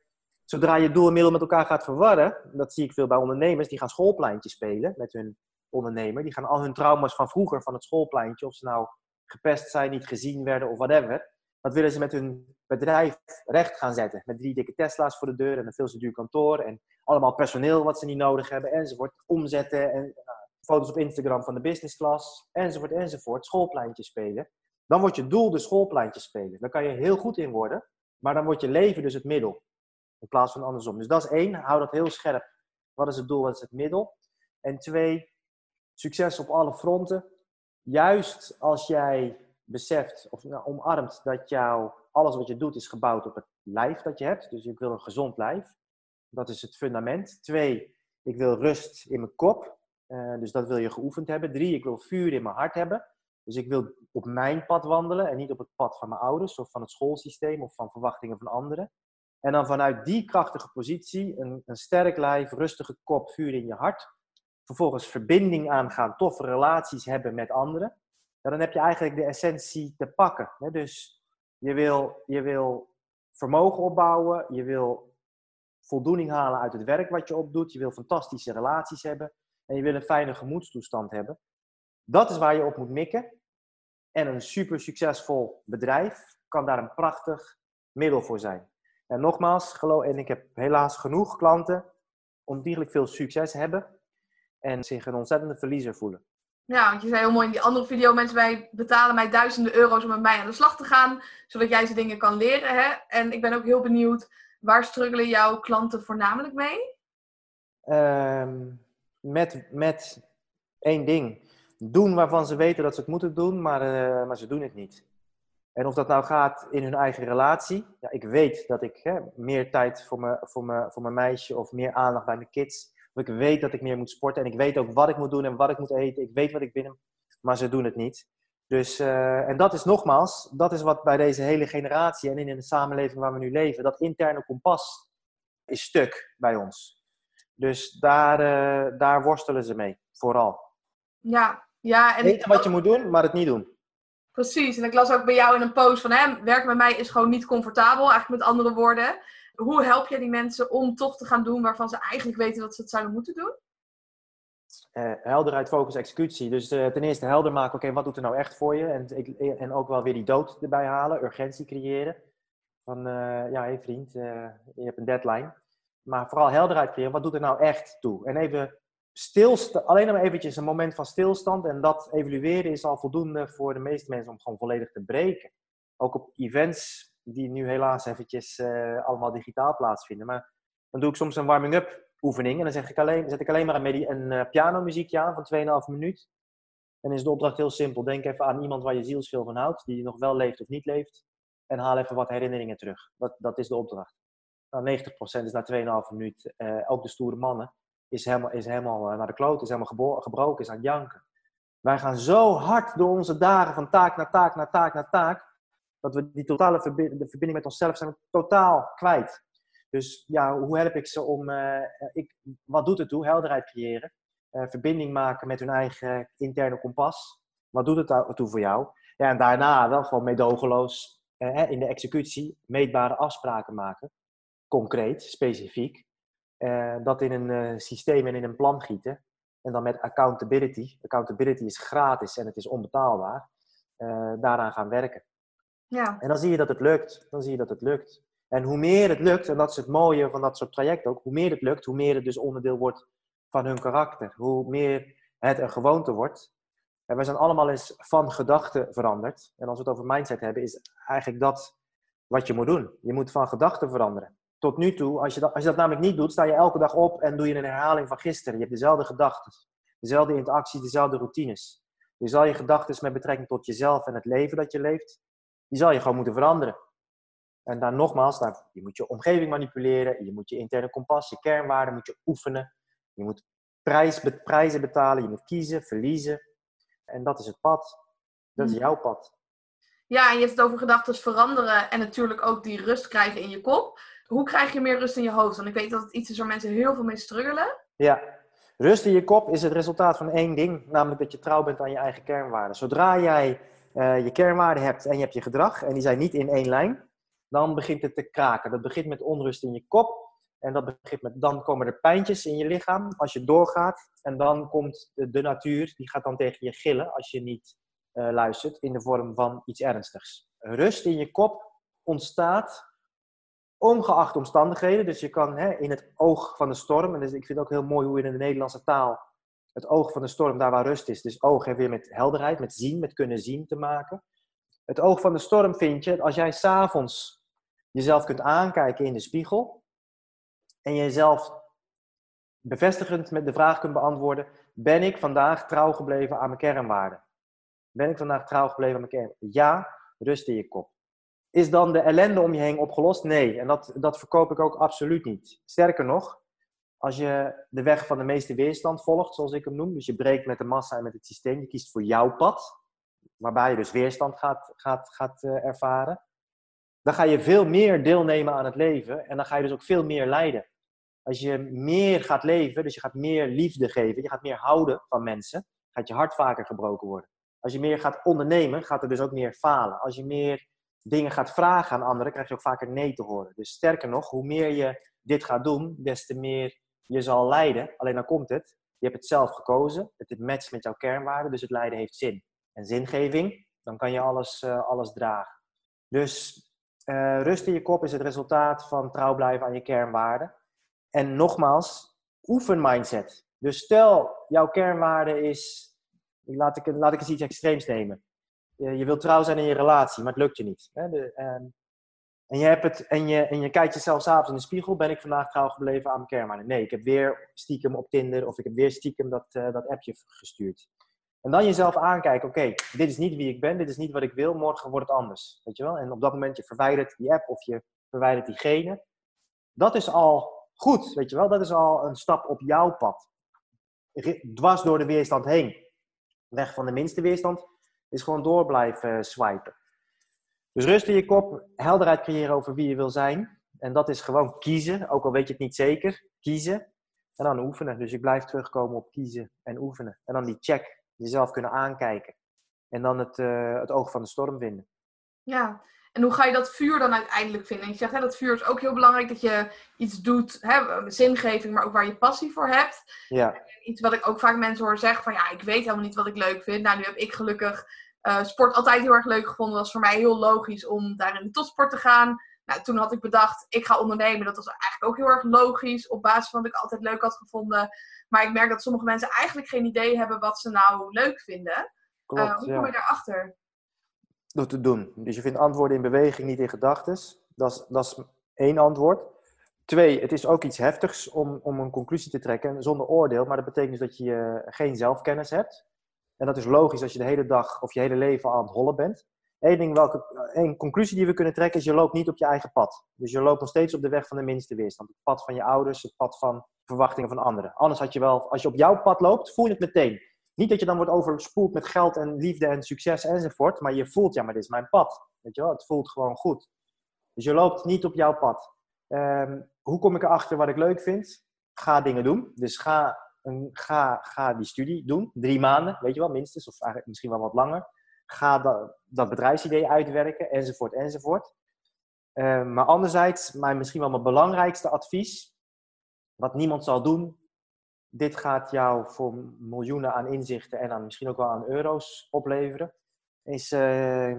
Zodra je doel en middel met elkaar gaat verwarren, dat zie ik veel bij ondernemers, die gaan schoolpleintje spelen met hun ondernemer. Die gaan al hun trauma's van vroeger, van het schoolpleintje, of ze nou gepest zijn, niet gezien werden of whatever, dat willen ze met hun bedrijf recht gaan zetten. Met drie dikke Tesla's voor de deur en een veel te duur kantoor en allemaal personeel wat ze niet nodig hebben, enzovoort. Omzetten en uh, foto's op Instagram van de business class, enzovoort, enzovoort. Schoolpleintje spelen. Dan wordt je doel de schoolpleintje spelen. Daar kan je heel goed in worden, maar dan wordt je leven dus het middel. In plaats van andersom. Dus dat is één, hou dat heel scherp. Wat is het doel, wat is het middel? En twee, succes op alle fronten. Juist als jij beseft of nou, omarmt dat jou, alles wat je doet is gebouwd op het lijf dat je hebt. Dus ik wil een gezond lijf. Dat is het fundament. Twee, ik wil rust in mijn kop. Uh, dus dat wil je geoefend hebben. Drie, ik wil vuur in mijn hart hebben. Dus ik wil op mijn pad wandelen en niet op het pad van mijn ouders of van het schoolsysteem of van verwachtingen van anderen. En dan vanuit die krachtige positie, een, een sterk lijf, rustige kop, vuur in je hart. Vervolgens verbinding aangaan, toffe relaties hebben met anderen. Ja, dan heb je eigenlijk de essentie te pakken. Hè? Dus je wil, je wil vermogen opbouwen, je wil voldoening halen uit het werk wat je opdoet, je wil fantastische relaties hebben en je wil een fijne gemoedstoestand hebben. Dat is waar je op moet mikken. En een super succesvol bedrijf kan daar een prachtig middel voor zijn. En nogmaals, geloof, en ik heb helaas genoeg klanten ontiegelijk veel succes hebben en zich een ontzettende verliezer voelen. Ja, want je zei heel mooi in die andere video, mensen wij betalen mij duizenden euro's om met mij aan de slag te gaan, zodat jij ze dingen kan leren. Hè? En ik ben ook heel benieuwd, waar struggelen jouw klanten voornamelijk mee? Um, met, met één ding. Doen waarvan ze weten dat ze het moeten doen, maar, uh, maar ze doen het niet. En of dat nou gaat in hun eigen relatie. Ja, ik weet dat ik hè, meer tijd voor mijn, voor, mijn, voor mijn meisje of meer aandacht bij mijn kids. Of ik weet dat ik meer moet sporten. En ik weet ook wat ik moet doen en wat ik moet eten. Ik weet wat ik binnen. Maar ze doen het niet. Dus, uh, en dat is nogmaals, dat is wat bij deze hele generatie en in de samenleving waar we nu leven. Dat interne kompas is stuk bij ons. Dus daar, uh, daar worstelen ze mee, vooral. Ja, ja. En weten wat je moet doen, maar het niet doen. Precies, en ik las ook bij jou in een post van, hè, werken met mij is gewoon niet comfortabel, eigenlijk met andere woorden. Hoe help je die mensen om toch te gaan doen waarvan ze eigenlijk weten dat ze het zouden moeten doen? Uh, helderheid, focus, executie. Dus uh, ten eerste helder maken, oké, okay, wat doet er nou echt voor je? En, en ook wel weer die dood erbij halen, urgentie creëren. Van, uh, ja, hé hey vriend, uh, je hebt een deadline. Maar vooral helderheid creëren, wat doet er nou echt toe? En even stilstaan, alleen maar eventjes een moment van stilstand en dat evalueren is al voldoende voor de meeste mensen om gewoon volledig te breken. Ook op events die nu helaas eventjes uh, allemaal digitaal plaatsvinden. Maar dan doe ik soms een warming-up oefening en dan zeg ik alleen, dan zet ik alleen maar een, medi- een uh, pianomuziekje aan van twee komma vijf minuut. En dan is de opdracht heel simpel. Denk even aan iemand waar je zielsveel van houdt, die nog wel leeft of niet leeft. En haal even wat herinneringen terug. Dat, dat is de opdracht. Nou, negentig procent is na twee komma vijf minuut, uh, ook de stoere mannen, is helemaal, is helemaal uh, naar de kloot, is helemaal gebo- gebroken, is aan het janken. Wij gaan zo hard door onze dagen van taak naar taak naar taak naar taak, dat we die totale verbi- de verbinding met onszelf zijn totaal kwijt. Dus ja, hoe help ik ze om, uh, ik, wat doet het toe? Helderheid creëren. Uh, verbinding maken met hun eigen interne kompas. Wat doet het toe voor jou? Ja, en daarna wel gewoon meedogenloos uh, in de executie meetbare afspraken maken. Concreet, specifiek. Uh, dat in een uh, systeem en in een plan gieten. En dan met accountability. Accountability is gratis en het is onbetaalbaar. Uh, daaraan gaan werken. Ja. En dan zie je dat het lukt. Dan zie je dat het lukt. En hoe meer het lukt, en dat is het mooie van dat soort trajecten ook, hoe meer het lukt, hoe meer het dus onderdeel wordt van hun karakter. Hoe meer het een gewoonte wordt. En wij zijn allemaal eens van gedachten veranderd. En als we het over mindset hebben, is eigenlijk dat wat je moet doen. Je moet van gedachten veranderen. Tot nu toe, als je, dat, als je dat namelijk niet doet, sta je elke dag op en doe je een herhaling van gisteren. Je hebt dezelfde gedachten, dezelfde interacties, dezelfde routines. Je zal je gedachten met betrekking tot jezelf en het leven dat je leeft, die zal je gewoon moeten veranderen. En daar nogmaals, daar, je moet je omgeving manipuleren, je moet je interne kompas, je kernwaarden moet je oefenen. Je moet prijs, prijzen betalen, je moet kiezen, verliezen. En dat is het pad. Dat is jouw pad. Ja, en je hebt het over gedachten veranderen en natuurlijk ook die rust krijgen in je kop. Hoe krijg je meer rust in je hoofd? Want ik weet dat het iets is waar mensen heel veel mee struggelen. Ja, rust in je kop is het resultaat van één ding, namelijk dat je trouw bent aan je eigen kernwaarden. Zodra jij uh, je kernwaarden hebt en je hebt je gedrag en die zijn niet in één lijn, dan begint het te kraken. Dat begint met onrust in je kop. En dat begint met, dan komen er pijntjes in je lichaam als je doorgaat. En dan komt de, de natuur, die gaat dan tegen je gillen als je niet uh, luistert, in de vorm van iets ernstigs. Rust in je kop ontstaat ongeacht omstandigheden. Dus je kan hè, in het oog van de storm, en dus ik vind het ook heel mooi hoe in de Nederlandse taal het oog van de storm, daar waar rust is. Dus oog heeft weer met helderheid, met zien, met kunnen zien te maken. Het oog van de storm vind je als jij 's avonds jezelf kunt aankijken in de spiegel en jezelf bevestigend met de vraag kunt beantwoorden: ben ik vandaag trouw gebleven aan mijn kernwaarden? Ben ik vandaag trouw gebleven aan mijn kernwaarden? Ja, rust in je kop. Is dan de ellende om je heen opgelost? Nee, en dat, dat verkoop ik ook absoluut niet. Sterker nog, als je de weg van de meeste weerstand volgt, zoals ik hem noem, dus je breekt met de massa en met het systeem, je kiest voor jouw pad, waarbij je dus weerstand gaat, gaat, gaat uh, ervaren, dan ga je veel meer deelnemen aan het leven en dan ga je dus ook veel meer lijden. Als je meer gaat leven, dus je gaat meer liefde geven, je gaat meer houden van mensen, gaat je hart vaker gebroken worden. Als je meer gaat ondernemen, gaat er dus ook meer falen. Als je meer dingen gaat vragen aan anderen, krijg je ook vaker nee te horen. Dus sterker nog, hoe meer je dit gaat doen, des te meer je zal lijden. Alleen dan komt het, je hebt het zelf gekozen, het matcht met jouw kernwaarden, dus het lijden heeft zin. En zingeving, dan kan je alles, uh, alles dragen. Dus uh, rust in je kop is het resultaat van trouw blijven aan je kernwaarden. En nogmaals, oefen mindset. Dus stel, jouw kernwaarde is, laat ik, laat ik eens iets extreems nemen. Je, je wilt trouw zijn in je relatie, maar het lukt je niet. Hè? De, um, en, je hebt het, en, je, en je kijkt jezelf 's avonds in de spiegel, ben ik vandaag trouw gebleven aan mijn kernwaarden? Nee, ik heb weer stiekem op Tinder of ik heb weer stiekem dat, uh, dat appje gestuurd. En dan jezelf aankijken, oké, okay, dit is niet wie ik ben, dit is niet wat ik wil, morgen wordt het anders. Weet je wel? En op dat moment je verwijdert die app of je verwijdert diegene. Dat is al goed, weet je wel, dat is al een stap op jouw pad. Dwars door de weerstand heen. Weg van de minste weerstand is gewoon door blijven swipen. Dus rust in je kop, helderheid creëren over wie je wil zijn. En dat is gewoon kiezen, ook al weet je het niet zeker, kiezen. En dan oefenen. Dus ik blijf terugkomen op kiezen en oefenen. En dan die check, jezelf kunnen aankijken. En dan het, uh, het oog van de storm vinden. Ja, en hoe ga je dat vuur dan uiteindelijk vinden? En je zegt, hè, dat vuur is ook heel belangrijk, dat je iets doet, hè, zingeving, maar ook waar je passie voor hebt. Ja. Iets wat ik ook vaak mensen hoor zeggen, van ja, ik weet helemaal niet wat ik leuk vind. Nou, nu heb ik gelukkig uh, sport altijd heel erg leuk gevonden. Dat was voor mij heel logisch om daar in de topsport te gaan. Nou, toen had ik bedacht, ik ga ondernemen. Dat was eigenlijk ook heel erg logisch, op basis van wat ik altijd leuk had gevonden. Maar ik merk dat sommige mensen eigenlijk geen idee hebben wat ze nou leuk vinden. Klopt, uh, hoe ja. kom je daarachter? Door te doen. Dus je vindt antwoorden in beweging, niet in gedachten. Dat is, dat is één antwoord. Twee, het is ook iets heftigs om, om een conclusie te trekken zonder oordeel. Maar dat betekent dus dat je uh, geen zelfkennis hebt. En dat is logisch als je de hele dag of je hele leven aan het hollen bent. Eén ding, welke, één conclusie die we kunnen trekken is: je loopt niet op je eigen pad. Dus je loopt nog steeds op de weg van de minste weerstand. Het pad van je ouders, het pad van verwachtingen van anderen. Anders had je wel, als je op jouw pad loopt, voel je het meteen. Niet dat je dan wordt overspoeld met geld en liefde en succes enzovoort. Maar je voelt, ja, maar dit is mijn pad. Weet je wel? Het voelt gewoon goed. Dus je loopt niet op jouw pad. Um, hoe kom ik erachter wat ik leuk vind? Ga dingen doen. Dus ga, um, ga, ga die studie doen. Drie maanden, weet je wel, minstens. Of eigenlijk misschien wel wat langer. Ga dat, dat bedrijfsidee uitwerken, enzovoort, enzovoort. Um, maar anderzijds, mijn, misschien wel mijn belangrijkste advies. Wat niemand zal doen. Dit gaat jou voor miljoenen aan inzichten en aan misschien ook wel aan euro's opleveren. Is, uh,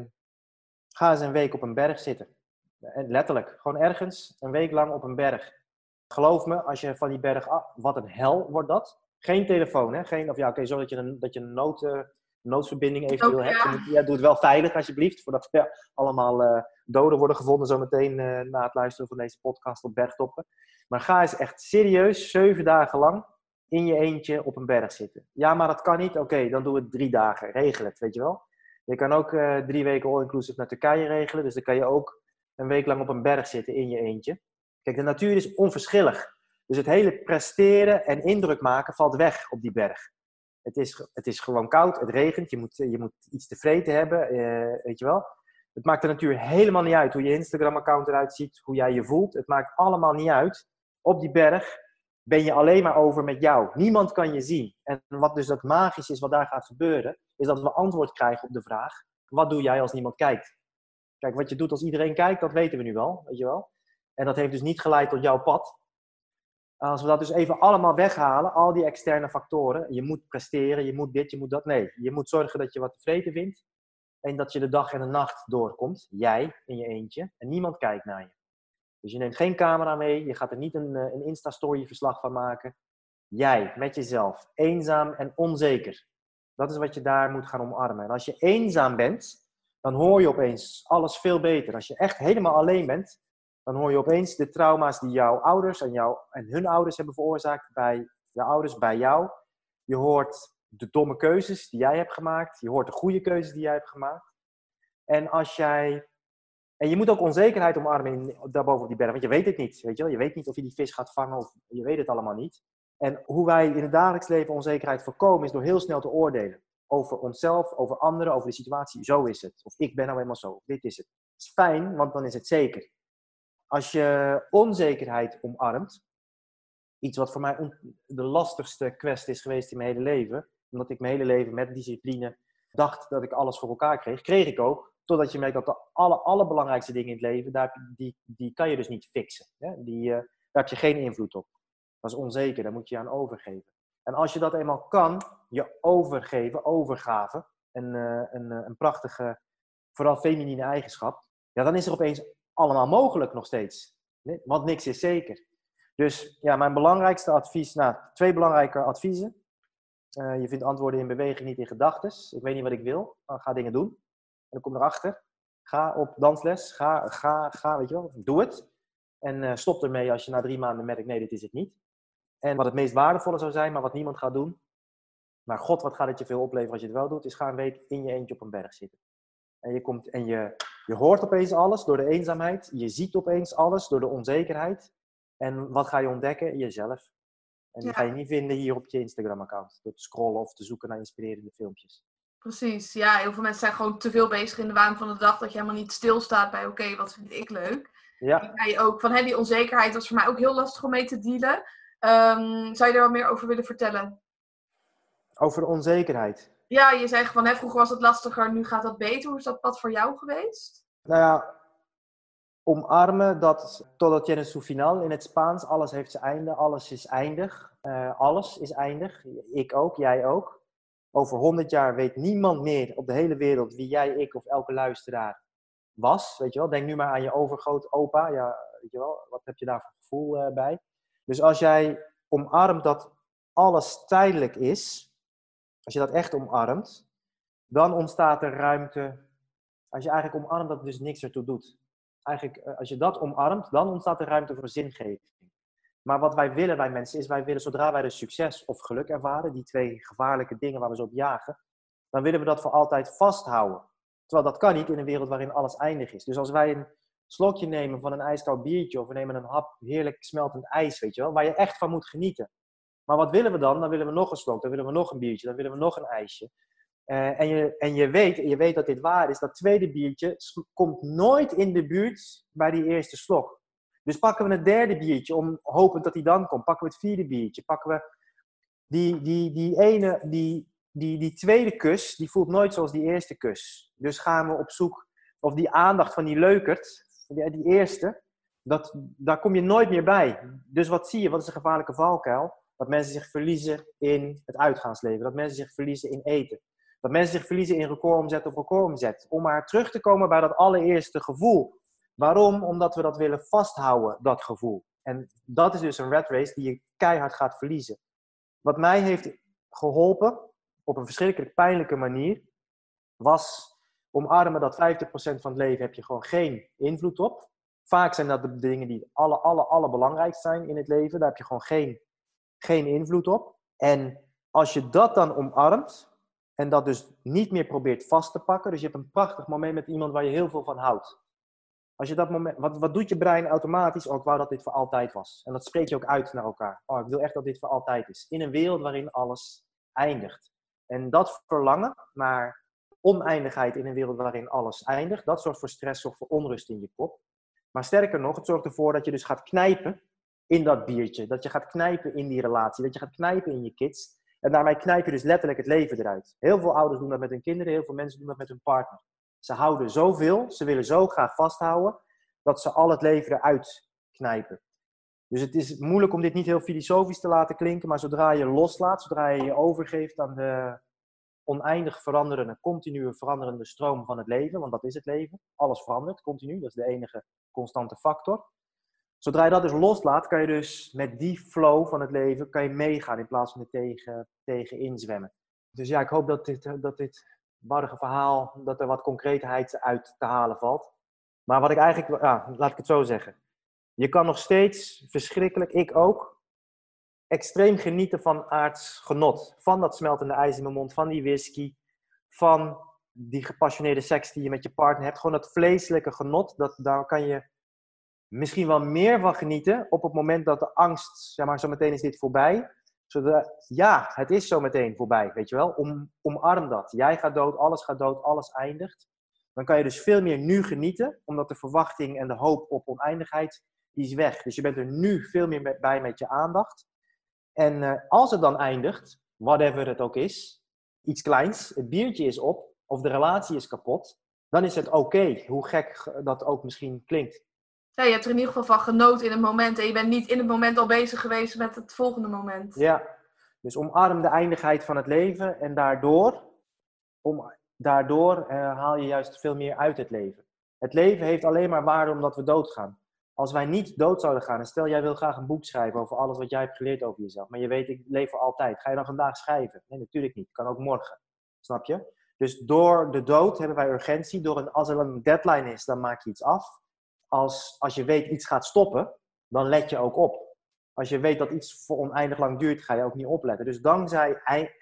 ga eens een week op een berg zitten. Letterlijk, gewoon ergens een week lang op een berg. Geloof me, als je van die berg af, wat een hel wordt dat. Geen telefoon, hè? Geen, of ja, oké, okay, zo dat je een, dat je een nood, uh, noodsverbinding eventueel ook, ja. hebt. Ja, doe het wel veilig alsjeblieft, voordat er ja, allemaal uh, doden worden gevonden zometeen uh, na het luisteren van deze podcast op bergtoppen. Maar ga eens echt serieus, zeven dagen lang in je eentje op een berg zitten. Ja, maar dat kan niet. Oké, okay, dan doen we het drie dagen. Regel het, weet je wel. Je kan ook uh, drie weken all-inclusive naar Turkije regelen. Dus dan kan je ook een week lang op een berg zitten in je eentje. Kijk, de natuur is onverschillig. Dus het hele presteren en indruk maken valt weg op die berg. Het is, het is gewoon koud, het regent, je moet, je moet iets te vreten hebben, uh, weet je wel. Het maakt de natuur helemaal niet uit hoe je Instagram-account eruit ziet, hoe jij je voelt. Het maakt allemaal niet uit. Op die berg ben je alleen maar over met jou. Niemand kan je zien. En wat dus dat magisch is, wat daar gaat gebeuren, is dat we antwoord krijgen op de vraag: wat doe jij als niemand kijkt? Kijk, wat je doet als iedereen kijkt, dat weten we nu wel, weet je wel. En dat heeft dus niet geleid tot jouw pad. Als we dat dus even allemaal weghalen, al die externe factoren. Je moet presteren, je moet dit, je moet dat. Nee, je moet zorgen dat je wat tevreden vindt. En dat je de dag en de nacht doorkomt. Jij in je eentje. En niemand kijkt naar je. Dus je neemt geen camera mee. Je gaat er niet een, een Insta-story verslag van maken. Jij, met jezelf. Eenzaam en onzeker. Dat is wat je daar moet gaan omarmen. En als je eenzaam bent, dan hoor je opeens alles veel beter. Als je echt helemaal alleen bent, dan hoor je opeens de trauma's die jouw ouders en, jou, en hun ouders hebben veroorzaakt bij je ouders, bij jou. Je hoort de domme keuzes die jij hebt gemaakt. Je hoort de goede keuzes die jij hebt gemaakt. En als jij... En je moet ook onzekerheid omarmen in, daarboven op die berg. Want je weet het niet, weet je wel. Je weet niet of je die vis gaat vangen of je weet het allemaal niet. En hoe wij in het dagelijks leven onzekerheid voorkomen is door heel snel te oordelen. Over onszelf, over anderen, over de situatie. Zo is het. Of ik ben nou eenmaal zo. Of dit is het. Het is fijn, want dan is het zeker. Als je onzekerheid omarmt, iets wat voor mij on- de lastigste kwestie is geweest in mijn hele leven, omdat ik mijn hele leven met discipline dacht dat ik alles voor elkaar kreeg, kreeg ik ook, totdat je merkt dat de alle, allerbelangrijkste dingen in het leven, daar, heb je- die, die kan je dus niet fixen. Hè? Die, uh, daar heb je geen invloed op. Dat is onzeker, daar moet je je aan overgeven. En als je dat eenmaal kan, je overgeven, overgave, een, uh, een, uh, een prachtige, vooral feminine eigenschap, ja, dan is er opeens allemaal mogelijk nog steeds. Nee? Want niks is zeker. Dus ja, mijn belangrijkste advies, nou, twee belangrijke adviezen. Uh, je vindt antwoorden in beweging, niet in gedachten. Ik weet niet wat ik wil, dan ga dingen doen. En dan kom erachter. Ga op dansles, ga, ga, ga, weet je wel, doe het. En uh, stop ermee als je na drie maanden merkt, nee, dit is het niet. En wat het meest waardevolle zou zijn, maar wat niemand gaat doen, maar god, wat gaat het je veel opleveren als je het wel doet, is ga een week in je eentje op een berg zitten. En je, komt, en je, je hoort opeens alles door de eenzaamheid. Je ziet opeens alles door de onzekerheid. En wat ga je ontdekken? Jezelf. En die Ja, ga je niet vinden hier op je Instagram-account. Door te scrollen of te zoeken naar inspirerende filmpjes. precies. Ja, heel veel mensen zijn gewoon te veel bezig in de waan van de dag dat je helemaal niet stilstaat bij oké, wat vind ik leuk. Ja, Die zei je ook van hè, die onzekerheid was voor mij ook heel lastig om mee te dealen. Um, zou je er wat meer over willen vertellen? over de onzekerheid. Ja, je zegt van hè, vroeger was het lastiger, nu gaat dat beter. Hoe is dat pad voor jou geweest? Nou ja, omarmen dat totdat je het final in het Spaans, alles heeft zijn einde, alles is eindig. Uh, alles is eindig. Ik ook, jij ook. Over honderd jaar weet niemand meer op de hele wereld wie jij, ik of elke luisteraar was. Weet je wel? Denk nu maar aan je overgrootopa. Ja, weet je wel, wat heb je daar voor gevoel uh, bij? Dus als jij omarmt dat alles tijdelijk is, als je dat echt omarmt, dan ontstaat er ruimte. Als je eigenlijk omarmt dat dus niks ertoe doet. Eigenlijk, als je dat omarmt, dan ontstaat er ruimte voor zingeving. Maar wat wij willen, wij mensen, is wij willen zodra wij de succes of geluk ervaren, die twee gevaarlijke dingen waar we zo op jagen, dan willen we dat voor altijd vasthouden. Terwijl dat kan niet in een wereld waarin alles eindig is. Dus als wij een slokje nemen van een ijskoud biertje, of we nemen een hap heerlijk smeltend ijs, weet je wel, waar je echt van moet genieten. Maar wat willen we dan? Dan willen we nog een slok, dan willen we nog een biertje, dan willen we nog een ijsje. Uh, en, je, en je weet, je weet dat dit waar is, dat tweede biertje komt nooit in de buurt bij die eerste slok. Dus pakken we het derde biertje, om hopend dat die dan komt. Pakken we het vierde biertje. Pakken we die, die, die ene, die, die, die tweede kus, die voelt nooit zoals die eerste kus. Dus gaan we op zoek, of die aandacht van die leukert, die, die eerste, dat, daar kom je nooit meer bij. Dus wat zie je? Wat is een gevaarlijke valkuil? Dat mensen zich verliezen in het uitgaansleven. Dat mensen zich verliezen in eten. Dat mensen zich verliezen in recordomzet of recordomzet. Om maar terug te komen bij dat allereerste gevoel. Waarom? Omdat we dat willen vasthouden, dat gevoel. En dat is dus een rat race die je keihard gaat verliezen. Wat mij heeft geholpen, op een verschrikkelijk pijnlijke manier, was omarmen dat vijftig procent van het leven heb je gewoon geen invloed op. Vaak zijn dat de dingen die het alle, alle, allerbelangrijkst zijn in het leven. Daar heb je gewoon geen, geen invloed op. En als je dat dan omarmt, en dat dus niet meer probeert vast te pakken, dus je hebt een prachtig moment met iemand waar je heel veel van houdt. Als je dat moment, wat, wat doet je brein automatisch? Oh, ik wou dat dit voor altijd was. En dat spreek je ook uit naar elkaar. Oh, ik wil echt dat dit voor altijd is. In een wereld waarin alles eindigt. En dat verlangen naar oneindigheid in een wereld waarin alles eindigt, dat zorgt voor stress of voor onrust in je kop. Maar sterker nog, het zorgt ervoor dat je dus gaat knijpen in dat biertje. Dat je gaat knijpen in die relatie. Dat je gaat knijpen in je kids. En daarmee knijp je dus letterlijk het leven eruit. Heel veel ouders doen dat met hun kinderen. Heel veel mensen doen dat met hun partner. Ze houden zoveel, ze willen zo graag vasthouden, dat ze al het leven eruit knijpen. Dus het is moeilijk om dit niet heel filosofisch te laten klinken, maar zodra je loslaat, zodra je je overgeeft aan de oneindig veranderende, continue veranderende stroom van het leven, want dat is het leven, alles verandert continu, dat is de enige constante factor. Zodra je dat dus loslaat, kan je dus met die flow van het leven kan je meegaan in plaats van er tegen, tegen inzwemmen. Dus ja, ik hoop dat dit, dat dit barrige verhaal, dat er wat concreetheid uit te halen valt. Maar wat ik eigenlijk, ja, laat ik het zo zeggen. Je kan nog steeds verschrikkelijk, ik ook, extreem genieten van aards genot. Van dat smeltende ijs in mijn mond, van die whisky, van die gepassioneerde seks die je met je partner hebt. Gewoon dat vleeselijke genot, dat, daar kan je misschien wel meer van genieten op het moment dat de angst, zeg maar, zo meteen is dit voorbij. Zodat, ja, het is zo meteen voorbij, weet je wel. Om, omarm dat. Jij gaat dood, alles gaat dood, alles eindigt. Dan kan je dus veel meer nu genieten, omdat de verwachting en de hoop op oneindigheid, die is weg. Dus je bent er nu veel meer bij met je aandacht. En uh, als het dan eindigt, whatever het ook is, iets kleins, het biertje is op, of de relatie is kapot, dan is het oké, okay, hoe gek dat ook misschien klinkt. Ja, je hebt er in ieder geval van genoten in het moment en je bent niet in het moment al bezig geweest met het volgende moment. Ja, dus omarm de eindigheid van het leven en daardoor, om, daardoor uh, haal je juist veel meer uit het leven. Het leven heeft alleen maar waarde omdat we doodgaan. Als wij niet dood zouden gaan, en stel jij wil graag een boek schrijven over alles wat jij hebt geleerd over jezelf, maar je weet, ik leef voor altijd. Ga je dan vandaag schrijven? Nee, natuurlijk niet. Kan ook morgen. Snap je? Dus door de dood hebben wij urgentie. Door een, als er een deadline is, dan maak je iets af. Als, als je weet iets gaat stoppen, dan let je ook op. Als je weet dat iets voor oneindig lang duurt, ga je ook niet opletten. Dus dankzij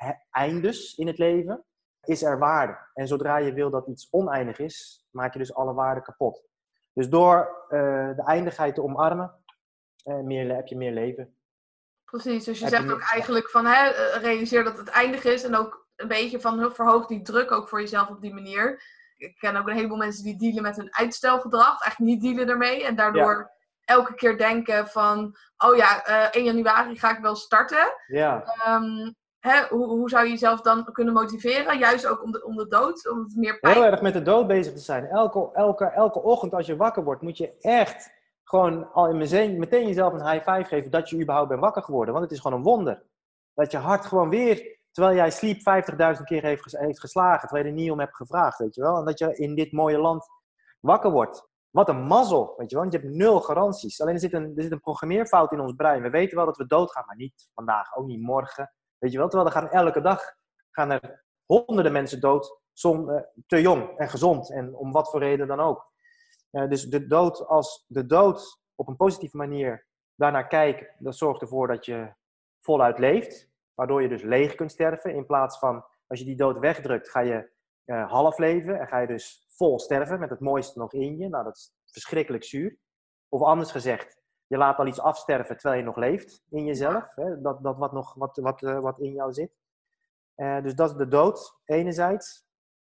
eindes in het leven is er waarde. En zodra je wil dat iets oneindig is, maak je dus alle waarde kapot. Dus door uh, de eindigheid te omarmen, uh, meer, heb je meer leven. Precies, dus je heb zegt je ook eigenlijk van, hè, realiseer dat het eindig is en ook een beetje van, verhoog die druk ook voor jezelf op die manier. Ik ken ook een heleboel mensen die dealen met hun uitstelgedrag, eigenlijk niet dealen ermee en daardoor ja. elke keer denken van, oh ja, uh, één januari ga ik wel starten. Ja. Um, hè, hoe, hoe zou je jezelf dan kunnen motiveren? Juist ook om de, om de dood, om het meer pijn... Heel erg met de dood bezig te zijn. Elke, elke, elke ochtend als je wakker wordt, moet je echt gewoon al in meteen, meteen jezelf een high five geven dat je überhaupt bent wakker geworden. Want het is gewoon een wonder. Dat je hart gewoon weer, terwijl jij sleep vijftigduizend keer heeft, heeft geslagen, terwijl je er niet om hebt gevraagd, weet je wel. En dat je in dit mooie land wakker wordt. Wat een mazzel, weet je wel. Want je hebt nul garanties. Alleen er zit, een, er zit een programmeerfout in ons brein. We weten wel dat we doodgaan, maar niet vandaag, ook niet morgen. Weet je wel, terwijl er gaan elke dag gaan er honderden mensen dood, som, uh, te jong en gezond. En om wat voor reden dan ook. Uh, dus de dood, als de dood op een positieve manier daarnaar kijken, dat zorgt ervoor dat je voluit leeft. Waardoor je dus leeg kunt sterven. In plaats van, als je die dood wegdrukt, ga je uh, half leven. En ga je dus vol sterven met het mooiste nog in je. Nou, dat is verschrikkelijk zuur. Of anders gezegd, je laat al iets afsterven terwijl je nog leeft in jezelf. Hè? Dat, dat wat, nog, wat, wat, uh, wat in jou zit. Uh, dus dat is de dood, enerzijds.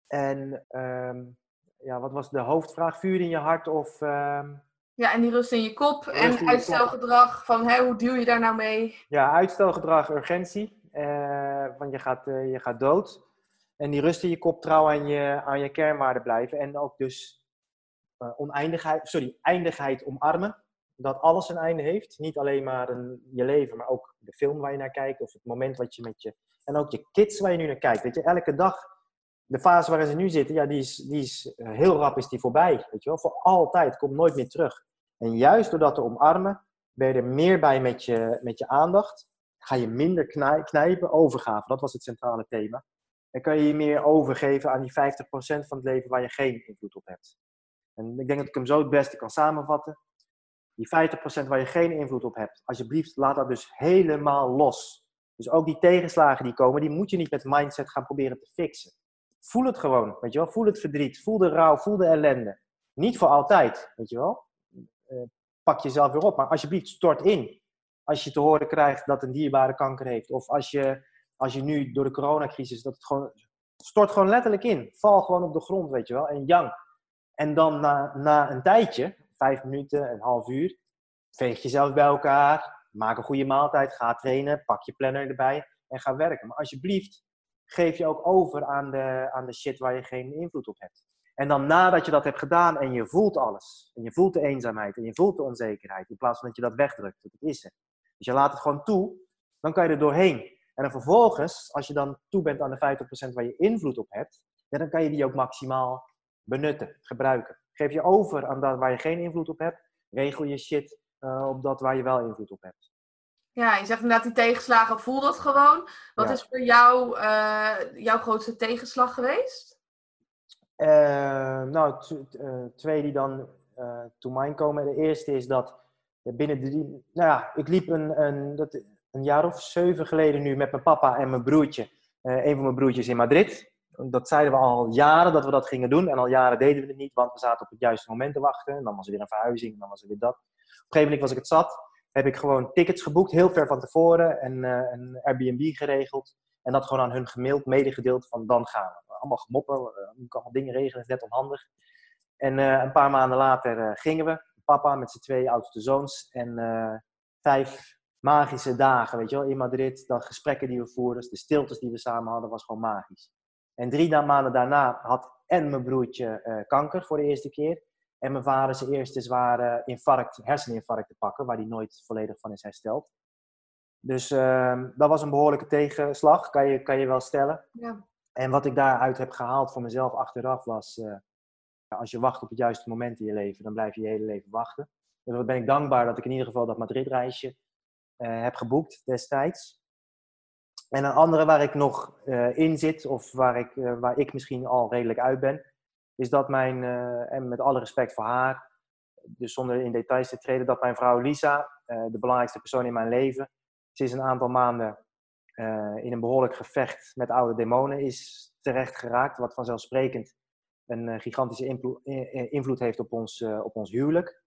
En um, ja, wat was de hoofdvraag? Vuur in je hart of... Um... Ja, en die rust in je kop en je uitstelgedrag. Van, hè, hoe deal je daar nou mee? Ja, uitstelgedrag, urgentie. Uh, want je gaat, uh, je gaat dood. En die rust in je kop, trouw aan je, aan je kernwaarden blijven. En ook dus uh, oneindigheid, sorry, eindigheid omarmen. Dat alles een einde heeft. Niet alleen maar een, je leven, maar ook de film waar je naar kijkt. Of het moment wat je met je... En ook je kids waar je nu naar kijkt. Weet je, elke dag, de fase waarin ze nu zitten, ja, die is, die is heel rap is die voorbij. Weet je wel, voor altijd, komt nooit meer terug. En juist door dat te omarmen, ben je er meer bij met je, met je aandacht. Ga je minder knij, knijpen, overgave. Dat was het centrale thema. En kan je je meer overgeven aan die vijftig procent van het leven waar je geen invloed op hebt. En ik denk dat ik hem zo het beste kan samenvatten. Die vijftig procent waar je geen invloed op hebt, alsjeblieft, laat dat dus helemaal los. Dus ook die tegenslagen die komen, die moet je niet met mindset gaan proberen te fixen. Voel het gewoon, weet je wel. Voel het verdriet, voel de rouw, voel de ellende. Niet voor altijd, weet je wel. Uh, pak jezelf weer op, maar alsjeblieft, stort in. Als je te horen krijgt dat een dierbare kanker heeft. Of als je, als je nu door de coronacrisis, dat het gewoon... Stort gewoon letterlijk in. Val gewoon op de grond, weet je wel. En jank. En dan na, na een tijdje, vijf minuten, een half uur, veeg jezelf bij elkaar. Maak een goede maaltijd. Ga trainen. Pak je planner erbij. En ga werken. Maar alsjeblieft, geef je ook over aan de, aan de shit waar je geen invloed op hebt. En dan nadat je dat hebt gedaan en je voelt alles. En je voelt de eenzaamheid en je voelt de onzekerheid. In plaats van dat je dat wegdrukt. Dat het is er. Dus je laat het gewoon toe. Dan kan je er doorheen. En dan vervolgens, als je dan toe bent aan de vijftig procent waar je invloed op hebt. Ja, dan kan je die ook maximaal benutten, gebruiken. Geef je over aan dat waar je geen invloed op hebt. Regel je shit uh, op dat waar je wel invloed op hebt. Ja, je zegt inderdaad die tegenslagen, voel dat gewoon. Wat Ja. is voor jou uh, jouw grootste tegenslag geweest? Uh, nou, t- uh, twee die dan uh, to mind komen. De eerste is dat binnen drie... Nou ja, ik liep een, een, dat, een jaar of zeven geleden nu met mijn papa en mijn broertje. Uh, een van mijn broertjes in Madrid. Dat zeiden we al jaren dat we dat gingen doen. En al jaren deden we het niet, want we zaten op het juiste moment te wachten. En dan was er weer een verhuizing, en dan was er weer dat. Op een gegeven moment was ik het zat. Heb ik gewoon tickets geboekt, heel ver van tevoren. En uh, een Airbnb geregeld. En dat gewoon aan hun gemaild, medegedeeld van dan gaan we. Allemaal gemopper, uh, moet ik allemaal dingen regelen, is net onhandig. En uh, een paar maanden later uh, gingen we. Papa met zijn twee oudste zoons. En uh, vijf magische dagen, weet je wel, in Madrid. Dan gesprekken die we voerden, de stiltes die we samen hadden, was gewoon magisch. En drie maanden daarna had en mijn broertje uh, kanker voor de eerste keer. En mijn vader zijn eerste zware infarct, herseninfarct te pakken, waar hij nooit volledig van is hersteld. Dus uh, dat was een behoorlijke tegenslag, kan je, kan je wel stellen. Ja. En wat ik daaruit heb gehaald voor mezelf achteraf was, uh, als je wacht op het juiste moment in je leven, dan blijf je je hele leven wachten. Dus dan ben ik dankbaar dat ik in ieder geval dat Madrid-reisje uh, heb geboekt destijds. En een andere waar ik nog uh, in zit, of waar ik, uh, waar ik misschien al redelijk uit ben, is dat mijn, uh, en met alle respect voor haar, dus zonder in details te treden, dat mijn vrouw Lisa, uh, de belangrijkste persoon in mijn leven, ze is een aantal maanden uh, in een behoorlijk gevecht met oude demonen is terecht geraakt, wat vanzelfsprekend een uh, gigantische invloed, invloed heeft op ons, uh, op ons huwelijk.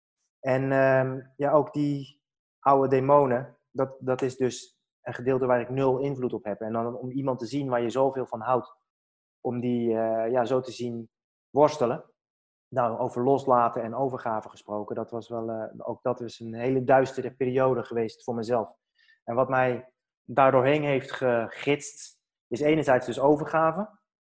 En uh, ja, ook die oude demonen, dat, dat is dus een gedeelte waar ik nul invloed op heb. En dan om iemand te zien waar je zoveel van houdt, om die uh, ja, zo te zien worstelen. Nou, over loslaten en overgave gesproken, dat was wel, uh, ook dat is een hele duistere periode geweest voor mezelf. En wat mij daardoorheen heeft gegidst, is enerzijds dus overgave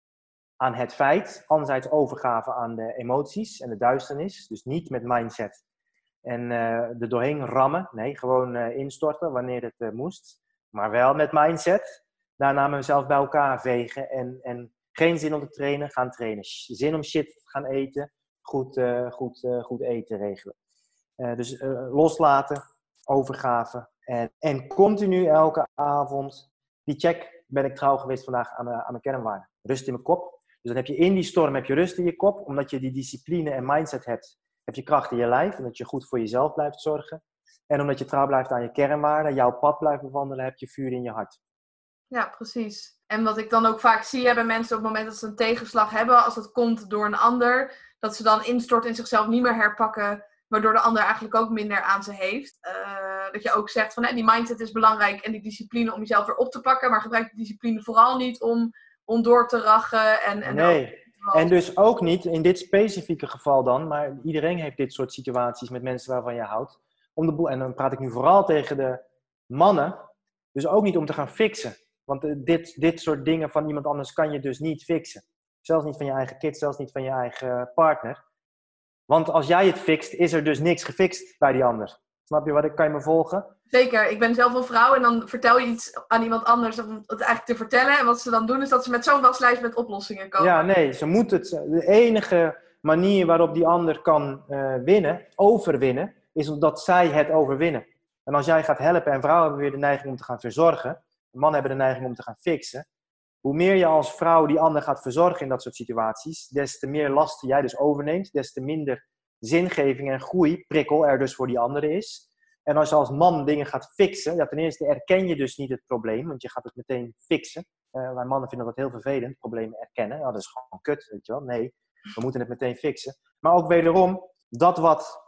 aan het feit, anderzijds overgave aan de emoties en de duisternis. Dus niet met mindset en uh, er doorheen rammen, nee, gewoon uh, instorten wanneer het uh, moest. Maar wel met mindset, daarna mezelf bij elkaar vegen en, en geen zin om te trainen, gaan trainen. Zin om shit gaan eten, goed, uh, goed, uh, goed eten regelen. Uh, dus uh, loslaten, overgave en, en continu elke avond, die check, ben ik trouw geweest vandaag aan, uh, aan mijn kernwaarden. Rust in mijn kop. Dus dan heb je in die storm heb je rust in je kop, omdat je die discipline en mindset hebt, heb je kracht in je lijf, omdat je goed voor jezelf blijft zorgen. En omdat je trouw blijft aan je kernwaarden, jouw pad blijft bewandelen, heb je vuur in je hart. Ja, precies. En wat ik dan ook vaak zie hebben mensen op het moment dat ze een tegenslag hebben, als dat komt door een ander, dat ze dan instorten en zichzelf niet meer herpakken, waardoor de ander eigenlijk ook minder aan ze heeft. Uh, dat je ook zegt van, hè, die mindset is belangrijk en die discipline om jezelf weer op te pakken, maar gebruik die discipline vooral niet om, om door te rachen. En, en nee, en dus ook niet in dit specifieke geval dan, maar iedereen heeft dit soort situaties met mensen waarvan je houdt. Om de boel, en dan praat ik nu vooral tegen de mannen, dus ook niet om te gaan fixen. Want uh, dit, dit soort dingen van iemand anders kan je dus niet fixen. Zelfs niet van je eigen kind, zelfs niet van je eigen partner. Want als jij het fixt, is er dus niks gefixt bij die ander. Snap je wat ik, kan je me volgen? Zeker, ik ben zelf een vrouw en dan vertel je iets aan iemand anders om het eigenlijk te vertellen. En wat ze dan doen is dat ze met zo'n waslijst met oplossingen komen. Ja, nee, ze moet het. De enige manier waarop die ander kan uh, winnen, overwinnen, is omdat zij het overwinnen. En als jij gaat helpen en vrouwen hebben weer de neiging om te gaan verzorgen, mannen hebben de neiging om te gaan fixen. Hoe meer je als vrouw die ander gaat verzorgen in dat soort situaties, des te meer lasten jij dus overneemt, des te minder zingeving en groei, prikkel er dus voor die andere is. En als je als man dingen gaat fixen, ja, ten eerste erken je dus niet het probleem, want je gaat het meteen fixen. Uh, wij mannen vinden dat heel vervelend, problemen erkennen. Ja, dat is gewoon kut, weet je wel. Nee, we moeten het meteen fixen. Maar ook wederom, dat wat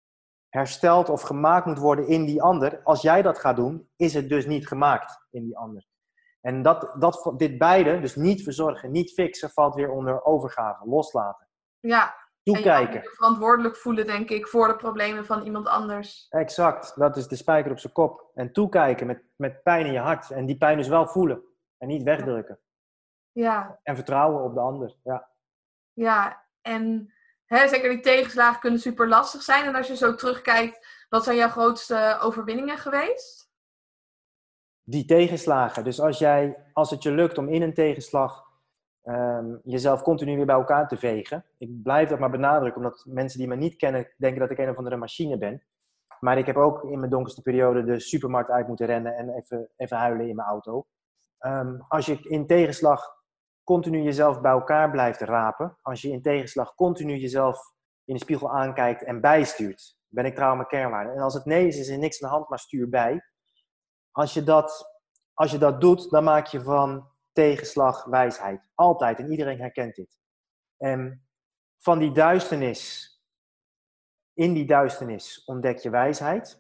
hersteld of gemaakt moet worden in die ander, als jij dat gaat doen, is het dus niet gemaakt in die ander. En dat, dat, dit beide, dus niet verzorgen, niet fixen, valt weer onder overgave, loslaten. Ja, toekijken. En je verantwoordelijk voelen, denk ik, voor de problemen van iemand anders. Exact, dat is de spijker op zijn kop. En toekijken met, met pijn in je hart. En die pijn dus wel voelen. En niet wegdrukken. Ja. En vertrouwen op de ander, ja. Ja, En hè, zeker die tegenslagen kunnen super lastig zijn. En als je zo terugkijkt, wat zijn jouw grootste overwinningen geweest? Die tegenslagen. Dus als, jij, als het je lukt om in een tegenslag um, jezelf continu weer bij elkaar te vegen. Ik blijf dat maar benadrukken, omdat mensen die me niet kennen denken dat ik een of andere machine ben. Maar ik heb ook in mijn donkerste periode de supermarkt uit moeten rennen en even, even huilen in mijn auto. Um, als je in tegenslag continu jezelf bij elkaar blijft rapen, als je in tegenslag continu jezelf in de spiegel aankijkt en bijstuurt, ben ik trouw aan mijn kernwaarden. En als het nee is, is er niks aan de hand, maar stuur bij. Als je dat, als je dat doet, dan maak je van tegenslag wijsheid. Altijd. En iedereen herkent dit. En van die duisternis, in die duisternis ontdek je wijsheid.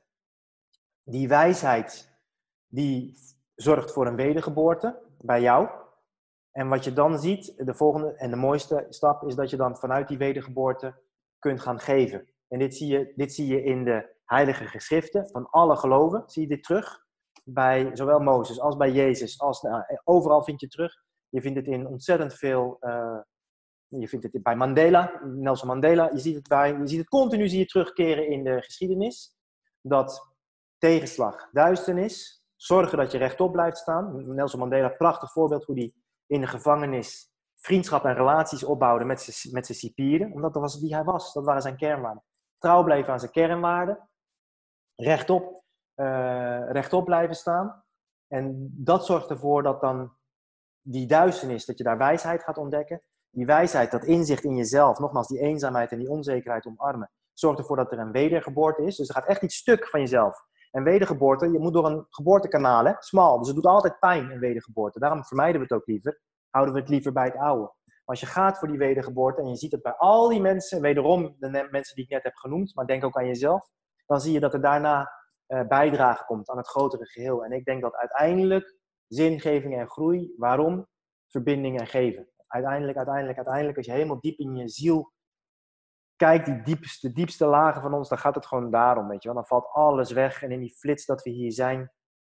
Die wijsheid, die zorgt voor een wedergeboorte bij jou. En wat je dan ziet, de volgende en de mooiste stap, is dat je dan vanuit die wedergeboorte kunt gaan geven. En dit zie je, dit zie je in de heilige geschriften van alle geloven. Zie je dit terug? Bij zowel Mozes als bij Jezus. Als, nou, overal vind je het terug. Je vindt het in ontzettend veel... Uh, je vindt het bij Mandela, Nelson Mandela. Je ziet het, bij, je ziet het continu zie je terugkeren in de geschiedenis. Dat tegenslag, duisternis, zorgen dat je rechtop blijft staan. Nelson Mandela, prachtig voorbeeld hoe hij in de gevangenis vriendschap en relaties opbouwde met zijn, met zijn cipieren. Omdat dat was wie hij was. Dat waren zijn kernwaarden. Trouw bleven aan zijn kernwaarden. Rechtop. Uh, rechtop blijven staan. En dat zorgt ervoor dat dan die duisternis, dat je daar wijsheid gaat ontdekken. Die wijsheid, dat inzicht in jezelf, nogmaals die eenzaamheid en die onzekerheid omarmen, zorgt ervoor dat er een wedergeboorte is. Dus er gaat echt iets stuk van jezelf. En wedergeboorte, je moet door een geboortekanaal, hè, smal. Dus het doet altijd pijn, een wedergeboorte. Daarom vermijden we het ook liever. Houden we het liever bij het oude. Maar als je gaat voor die wedergeboorte, en je ziet het bij al die mensen, wederom de mensen die ik net heb genoemd, maar denk ook aan jezelf, dan zie je dat er daarna uh, bijdrage komt aan het grotere geheel. En ik denk dat uiteindelijk zingeving en groei, waarom? Verbinding en geven. Uiteindelijk, uiteindelijk, uiteindelijk, als je helemaal diep in je ziel kijkt, die diepste, diepste lagen van ons, dan gaat het gewoon daarom, weet je wel. Dan valt alles weg en in die flits dat we hier zijn,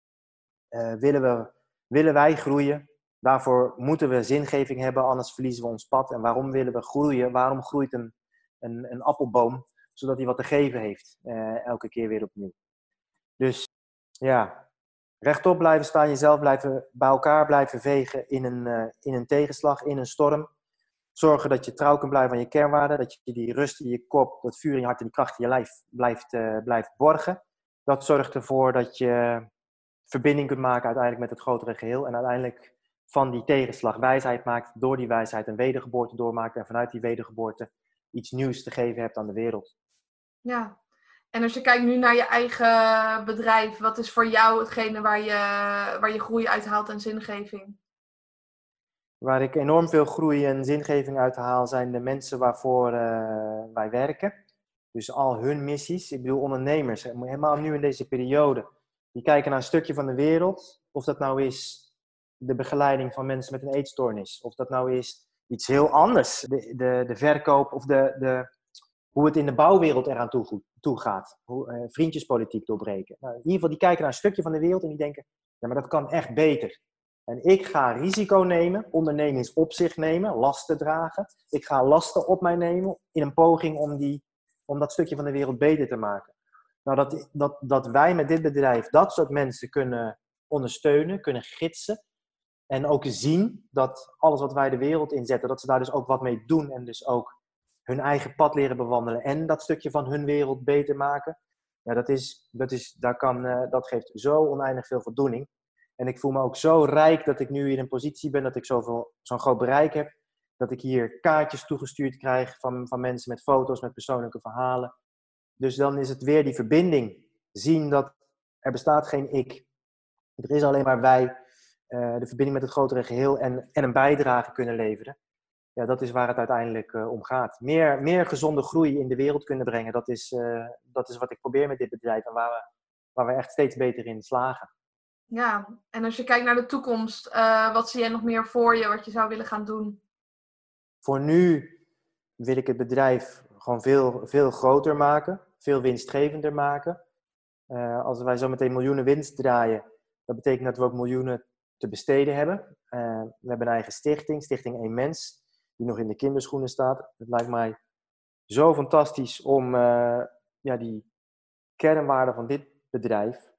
uh, willen, we, willen wij groeien. Daarvoor moeten we zingeving hebben, anders verliezen we ons pad. En waarom willen we groeien? Waarom groeit een, een, een appelboom? Zodat hij wat te geven heeft, uh, elke keer weer opnieuw. Dus ja, rechtop blijven staan, jezelf blijven, bij elkaar blijven vegen in een, uh, in een tegenslag, in een storm. Zorgen dat je trouw kunt blijven aan je kernwaarden, dat je die rust in je kop, dat vuur in je hart en die kracht in je lijf blijft, uh, blijft borgen. Dat zorgt ervoor dat je verbinding kunt maken uiteindelijk met het grotere geheel en uiteindelijk van die tegenslag wijsheid maakt, door die wijsheid een wedergeboorte doormaakt en vanuit die wedergeboorte iets nieuws te geven hebt aan de wereld. Ja, en als je kijkt nu naar je eigen bedrijf, wat is voor jou hetgene waar je, waar je groei uithaalt en zingeving? Waar ik enorm veel groei en zingeving uit haal, zijn de mensen waarvoor uh, wij werken. Dus al hun missies. Ik bedoel ondernemers, helemaal nu in deze periode. Die kijken naar een stukje van de wereld. Of dat nou is de begeleiding van mensen met een eetstoornis. Of dat nou is iets heel anders. De, de, de verkoop of de, de, hoe het in de bouwwereld eraan toe, toe gaat. Hoe, uh, vriendjespolitiek doorbreken. Nou, in ieder geval, die kijken naar een stukje van de wereld en die denken, ja, maar dat kan echt beter. En ik ga risico nemen, ondernemings op zich nemen, lasten dragen. Ik ga lasten op mij nemen in een poging om, die, om dat stukje van de wereld beter te maken. Nou, dat, dat, dat wij met dit bedrijf dat soort mensen kunnen ondersteunen, kunnen gidsen. En ook zien dat alles wat wij de wereld inzetten, dat ze daar dus ook wat mee doen. En dus ook hun eigen pad leren bewandelen en dat stukje van hun wereld beter maken. Ja, dat, is, dat, is, daar kan, uh, dat geeft zo oneindig veel voldoening. En ik voel me ook zo rijk dat ik nu in een positie ben dat ik zoveel, zo'n groot bereik heb. Dat ik hier kaartjes toegestuurd krijg van, van mensen met foto's, met persoonlijke verhalen. Dus dan is het weer die verbinding. Zien dat er bestaat geen ik. Er is alleen maar wij. Uh, de verbinding met het grotere geheel en, en een bijdrage kunnen leveren. Ja, dat is waar het uiteindelijk uh, om gaat. Meer, meer gezonde groei in de wereld kunnen brengen. Dat is, uh, dat is wat ik probeer met dit bedrijf. En waar we, waar we echt steeds beter in slagen. Ja, en als je kijkt naar de toekomst, uh, wat zie jij nog meer voor je, wat je zou willen gaan doen? Voor nu wil ik het bedrijf gewoon veel, veel groter maken, veel winstgevender maken. Uh, als wij zo meteen miljoenen winst draaien, dat betekent dat we ook miljoenen te besteden hebben. Uh, we hebben een eigen stichting, Stichting Eén Mens. die nog in de kinderschoenen staat. Het lijkt mij zo fantastisch om uh, ja, die kernwaarden van dit bedrijf,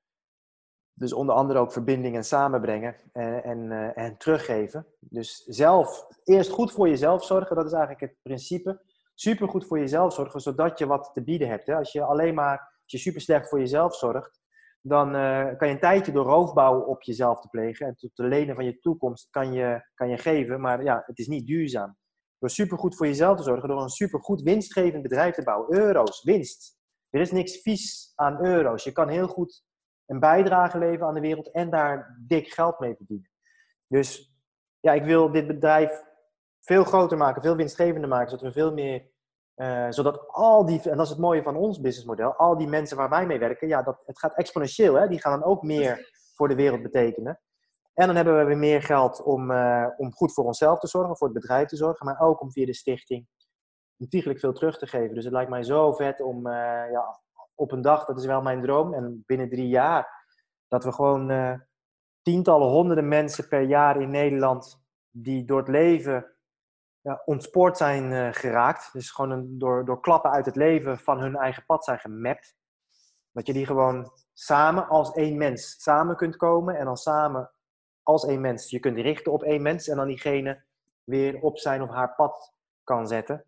dus onder andere ook verbinding en samenbrengen en, en, uh, en teruggeven. Dus zelf, eerst goed voor jezelf zorgen, dat is eigenlijk het principe. Super goed voor jezelf zorgen, zodat je wat te bieden hebt. Hè? Als je alleen maar, als je super slecht voor jezelf zorgt, dan uh, kan je een tijdje door roofbouw op jezelf te plegen en tot de lenen van je toekomst kan je, kan je geven, maar ja, het is niet duurzaam. Door super goed voor jezelf te zorgen, door een super goed winstgevend bedrijf te bouwen. Euro's, winst. Er is niks vies aan euro's. Je kan heel goed een bijdrage leveren aan de wereld en daar dik geld mee verdienen. Dus ja, ik wil dit bedrijf veel groter maken, veel winstgevender maken, zodat we veel meer, uh, zodat al die, en dat is het mooie van ons businessmodel, al die mensen waar wij mee werken, ja, dat, het gaat exponentieel, hè? Die gaan dan ook meer voor de wereld betekenen. En dan hebben we weer meer geld om, uh, om goed voor onszelf te zorgen, voor het bedrijf te zorgen, maar ook om via de stichting ontiegelijk veel terug te geven. Dus het lijkt mij zo vet om uh, ja, op een dag, dat is wel mijn droom, en binnen drie jaar, dat we gewoon uh, tientallen, honderden mensen per jaar in Nederland die door het leven ja, ontspoord zijn uh, geraakt. Dus gewoon een, door, door klappen uit het leven van hun eigen pad zijn gemapt. Dat je die gewoon samen als één mens samen kunt komen en dan samen als één mens je kunt richten op één mens en dan diegene weer op zijn of haar pad kan zetten.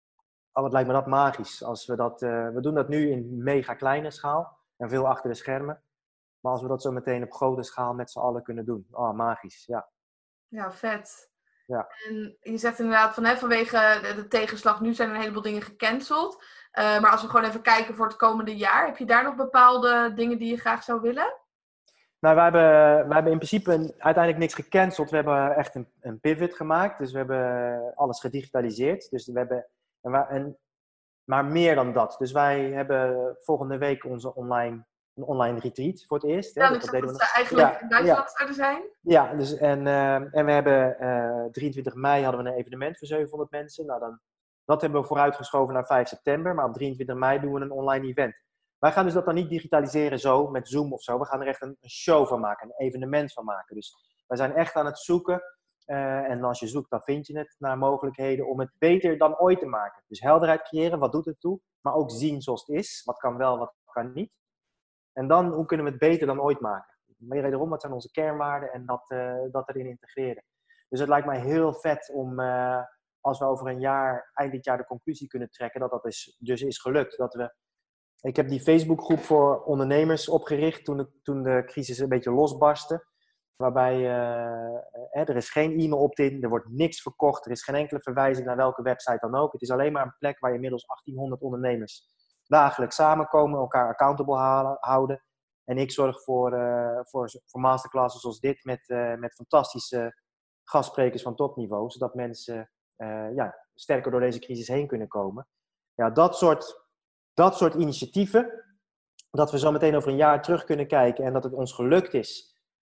Oh, wat lijkt me dat magisch. Als we, dat, uh, we doen dat nu in mega kleine schaal en veel achter de schermen. Maar als we dat zo meteen op grote schaal met z'n allen kunnen doen. Oh, magisch, ja. Ja, vet. Ja. En je zegt inderdaad van, hè, vanwege de, de tegenslag, nu zijn er een heleboel dingen gecanceld. Uh, maar als we gewoon even kijken voor het komende jaar, heb je daar nog bepaalde dingen die je graag zou willen? Nou, we hebben, we hebben in principe een, uiteindelijk niks gecanceld. We hebben echt een, een pivot gemaakt. Dus we hebben alles gedigitaliseerd. Dus we hebben, en we, en, maar meer dan dat. Dus wij hebben volgende week onze online, een online retreat voor het eerst. Ja, hè? ik dat zag dat dat ze eigenlijk ja, in Duitsland ja. zouden zijn. Ja, dus, en, uh, en we hebben uh, drieëntwintig mei hadden we een evenement voor zevenhonderd mensen. Nou, dan, dat hebben we vooruitgeschoven naar vijf september. Maar op drieëntwintig mei doen we een online event. Wij gaan dus dat dan niet digitaliseren zo, met Zoom of zo. We gaan er echt een, een show van maken, een evenement van maken. Dus wij zijn echt aan het zoeken. Uh, en als je zoekt, dan vind je het naar mogelijkheden om het beter dan ooit te maken. Dus helderheid creëren, wat doet het toe? Maar ook zien zoals het is. Wat kan wel, wat kan niet. En dan, hoe kunnen we het beter dan ooit maken? Meer wederom, wat zijn onze kernwaarden en dat, uh, dat erin integreren. Dus het lijkt mij heel vet om, uh, als we over een jaar, eind dit jaar de conclusie kunnen trekken, dat dat is, dus is gelukt. Dat we, ik heb die Facebookgroep voor ondernemers opgericht toen de, toen de crisis een beetje losbarstte. Waarbij uh, er is geen e-mail opt-in, er wordt niks verkocht, er is geen enkele verwijzing naar welke website dan ook. Het is alleen maar een plek waar inmiddels achttienhonderd ondernemers dagelijks samenkomen, elkaar accountable halen, houden. En ik zorg voor, uh, voor, voor masterclasses zoals dit met, uh, met fantastische gastsprekers van topniveau, zodat mensen uh, ja, sterker door deze crisis heen kunnen komen. Ja, dat soort, dat soort initiatieven, dat we zo meteen over een jaar terug kunnen kijken en dat het ons gelukt is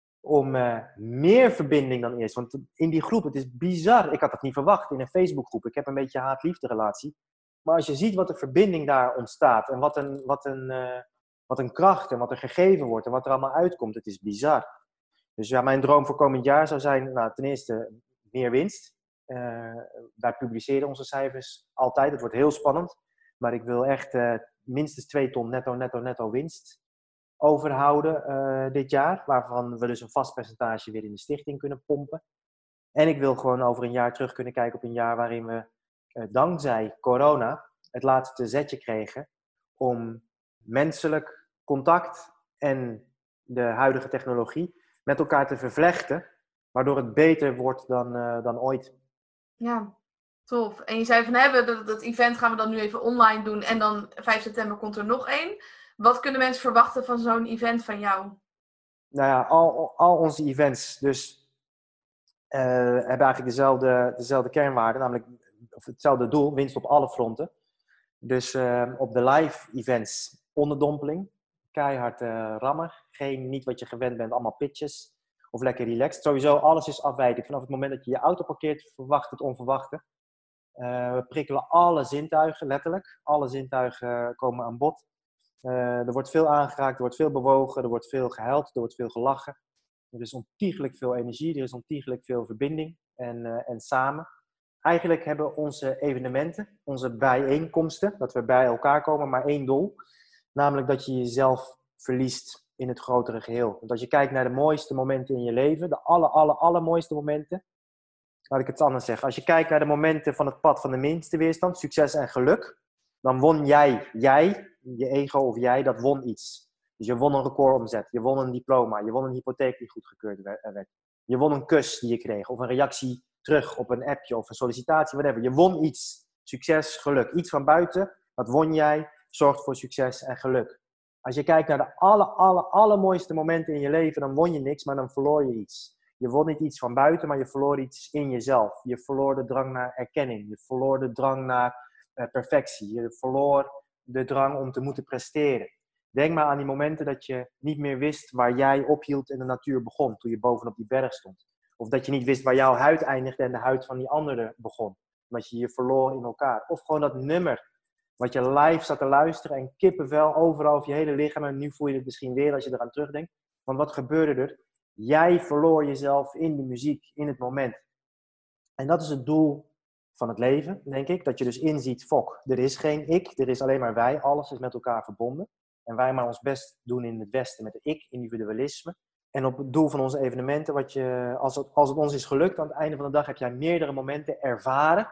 om uh, meer verbinding dan eerst. Want in die groep, het is bizar, ik had dat niet verwacht in een Facebookgroep. Ik heb een beetje een haat-liefde relatie. Maar als je ziet wat de verbinding daar ontstaat en wat een, wat, een, uh, wat een kracht en wat er gegeven wordt en wat er allemaal uitkomt, het is bizar. Dus ja, mijn droom voor komend jaar zou zijn, nou, ten eerste meer winst. Uh, wij publiceren onze cijfers altijd, het wordt heel spannend. Maar ik wil echt uh, minstens twee ton netto, netto, netto winst overhouden uh, dit jaar. Waarvan we dus een vast percentage weer in de stichting kunnen pompen. En ik wil gewoon over een jaar terug kunnen kijken op een jaar waarin we uh, dankzij corona het laatste zetje kregen om menselijk contact en de huidige technologie met elkaar te vervlechten, waardoor het beter wordt dan, uh, dan ooit. Ja, tof. En je zei van, hè, dat, dat event gaan we dan nu even online doen en dan vijf september komt er nog één. Wat kunnen mensen verwachten van zo'n event van jou? Nou ja, al, al onze events dus uh, hebben eigenlijk dezelfde, dezelfde kernwaarden, namelijk of hetzelfde doel, winst op alle fronten. Dus uh, op de live events onderdompeling, keihard uh, rammen, geen, niet wat je gewend bent, allemaal pitches of lekker relaxed. Sowieso alles is afwijkend. Vanaf het moment dat je je auto parkeert, verwacht het onverwachte. Uh, we prikkelen alle zintuigen, letterlijk. Alle zintuigen komen aan bod. Uh, er wordt veel aangeraakt, er wordt veel bewogen, er wordt veel gehuild, er wordt veel gelachen. Er is ontiegelijk veel energie, er is ontiegelijk veel verbinding en, uh, en samen. eigenlijk hebben onze evenementen, onze bijeenkomsten, dat we bij elkaar komen, maar één doel. Namelijk dat je jezelf verliest in het grotere geheel. Want als je kijkt naar de mooiste momenten in je leven, de aller, aller, allermooiste momenten. Laat ik het anders zeggen. Als je kijkt naar de momenten van het pad van de minste weerstand, succes en geluk. Dan won jij, jij, je ego of jij, dat won iets. Dus je won een recordomzet, je won een diploma, je won een hypotheek die goedgekeurd werd. Je won een kus die je kreeg, of een reactie terug op een appje of een sollicitatie, whatever. Je won iets. Succes, geluk. Iets van buiten, dat won jij, zorgt voor succes en geluk. Als je kijkt naar de aller, aller, allermooiste momenten in je leven, dan won je niks, maar dan verloor je iets. Je won niet iets van buiten, maar je verloor iets in jezelf. Je verloor de drang naar erkenning. Je verloor de drang naar uh, perfectie. Je verloor de drang om te moeten presteren. Denk maar aan die momenten dat je niet meer wist waar jij ophield en de natuur begon, toen je bovenop die berg stond. Of dat je niet wist waar jouw huid eindigde en de huid van die andere begon. Omdat je je verloor in elkaar. Of gewoon dat nummer, wat je live zat te luisteren en kippenvel overal over je hele lichaam. En nu voel je het misschien weer als je eraan terugdenkt. Want wat gebeurde er? Jij verloor jezelf in de muziek, in het moment. En dat is het doel van het leven, denk ik. Dat je dus inziet, fok, er is geen ik, er is alleen maar wij. Alles is met elkaar verbonden. En wij maar ons best doen in het Westen met de ik, individualisme. En op het doel van onze evenementen, wat je, als, het, als het ons is gelukt, aan het einde van de dag heb jij meerdere momenten ervaren.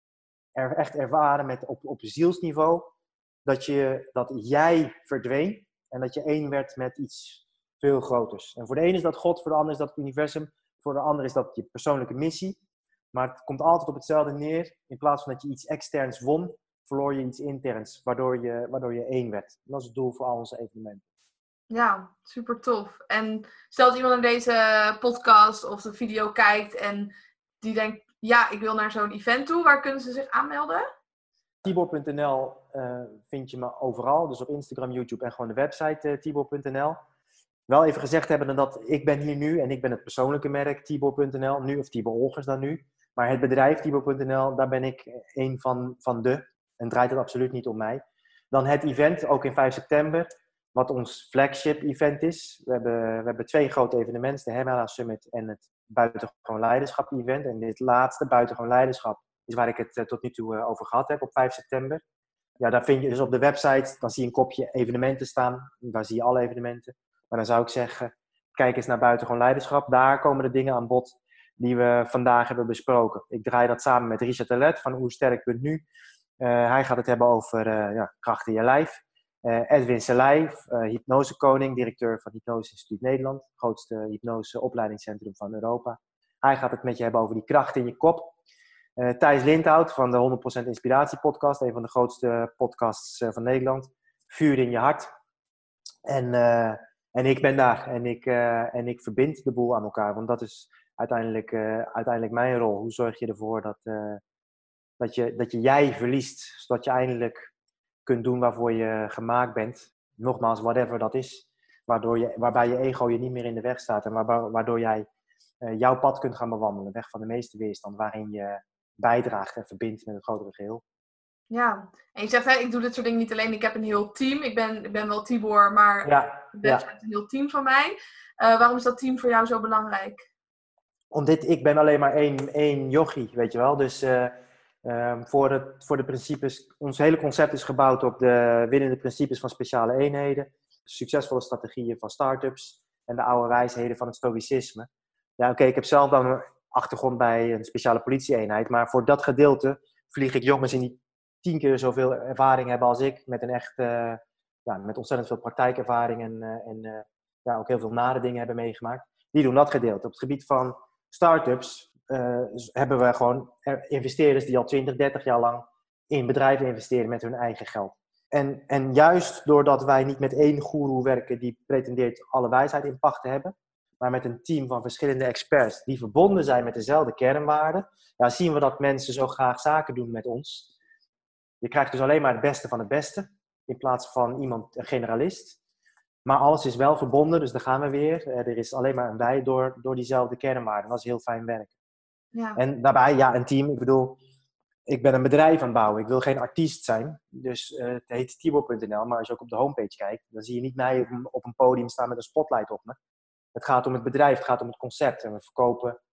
Er, echt ervaren met, op, op zielsniveau. Dat, je, dat jij verdween en dat je één werd met iets veel groters. En voor de ene is dat God, voor de ander is dat het universum. Voor de ander is dat je persoonlijke missie. Maar het komt altijd op hetzelfde neer. In plaats van dat je iets externs won, verloor je iets interns, waardoor je, waardoor je één werd. Dat is het doel voor al onze evenementen. Ja, super tof. En stel dat iemand naar deze podcast of de video kijkt en die denkt, ja, ik wil naar zo'n event toe. Waar kunnen ze zich aanmelden? Tibor punt n l uh, vind je me overal. Dus op Instagram, YouTube en gewoon de website uh, Tibor punt n l. Wel even gezegd hebben dat ik ben hier nu en ik ben het persoonlijke merk Tibor punt n l. Nu, of Tibor Olgers dan nu. Maar het bedrijf Tibor punt n l, daar ben ik een van, van de. En draait het absoluut niet om mij. Dan het event, ook in vijf september. Wat ons flagship event is. We hebben, we hebben twee grote evenementen. De Hemela Summit en het Buitengewoon Leiderschap event. En dit laatste, Buitengewoon Leiderschap, is waar ik het uh, tot nu toe uh, over gehad heb op vijf september. Ja, daar vind je dus op de website, dan zie je een kopje evenementen staan. Daar zie je alle evenementen. Maar dan zou ik zeggen, kijk eens naar Buitengewoon Leiderschap. Daar komen de dingen aan bod die we vandaag hebben besproken. Ik draai dat samen met Richard Telet van oersterk punt n u. Uh, hij gaat het hebben over uh, ja, kracht in je lijf. Uh, Edwin Selij, uh, hypnosekoning, directeur van Hypnose Instituut Nederland. Het grootste hypnoseopleidingscentrum van Europa. Hij gaat het met je hebben over die kracht in je kop. Uh, Thijs Lindhout van de honderd procent Inspiratie podcast. Een van de grootste podcasts uh, van Nederland. Vuur in je hart. En, uh, en ik ben daar. En ik, uh, en ik verbind de boel aan elkaar. Want dat is uiteindelijk, uh, uiteindelijk mijn rol. Hoe zorg je ervoor dat, uh, dat, je, dat je jij verliest. Zodat je eindelijk kunt doen waarvoor je gemaakt bent. Nogmaals, whatever dat is. Waardoor je, waarbij je ego je niet meer in de weg staat. En waardoor, waardoor jij uh, jouw pad kunt gaan bewandelen. Weg van de meeste weerstand. Waarin je bijdraagt en verbindt met het grotere geheel. Ja, en je zegt, hè, ik doe dit soort dingen niet alleen. Ik heb een heel team. Ik ben, ik ben wel Tibor, maar Ja, de website ja. is een heel team van mij. Uh, waarom is dat team voor jou zo belangrijk? Omdat ik ben alleen maar één, één yogi, weet je wel. Dus uh, uh, voor, het, voor de principes... Ons hele concept is gebouwd op de winnende principes van speciale eenheden. Succesvolle strategieën van start-ups. En de oude wijsheden van het stoïcisme. Ja, oké, okay, ik heb zelf dan een achtergrond bij een speciale politie-eenheid. Maar voor dat gedeelte vlieg ik jongens in die tien keer zoveel ervaring hebben als ik. Met een echt... Uh, ja, met ontzettend veel praktijkervaring. En, uh, en uh, ja, ook heel veel nare dingen hebben meegemaakt. Die doen dat gedeelte. Op het gebied van start-ups uh, hebben we gewoon investeerders die al twintig, dertig jaar lang in bedrijven investeren met hun eigen geld. En, en juist doordat wij niet met één goeroe werken die pretendeert alle wijsheid in pacht te hebben, maar met een team van verschillende experts die verbonden zijn met dezelfde kernwaarden, ja, zien we dat mensen zo graag zaken doen met ons. Je krijgt dus alleen maar het beste van het beste, in plaats van iemand, een generalist. Maar alles is wel verbonden, dus daar gaan we weer. Er is alleen maar een wij door, door diezelfde kernwaarden. Dat is heel fijn werk. Ja. En daarbij, ja, een team. Ik bedoel, ik ben een bedrijf aan het bouwen. Ik wil geen artiest zijn. Dus uh, het heet Tibor punt n l. Maar als je ook op de homepage kijkt, dan zie je niet mij op een, op een podium staan met een spotlight op me. Het gaat om het bedrijf, het gaat om het concept. En we verkopen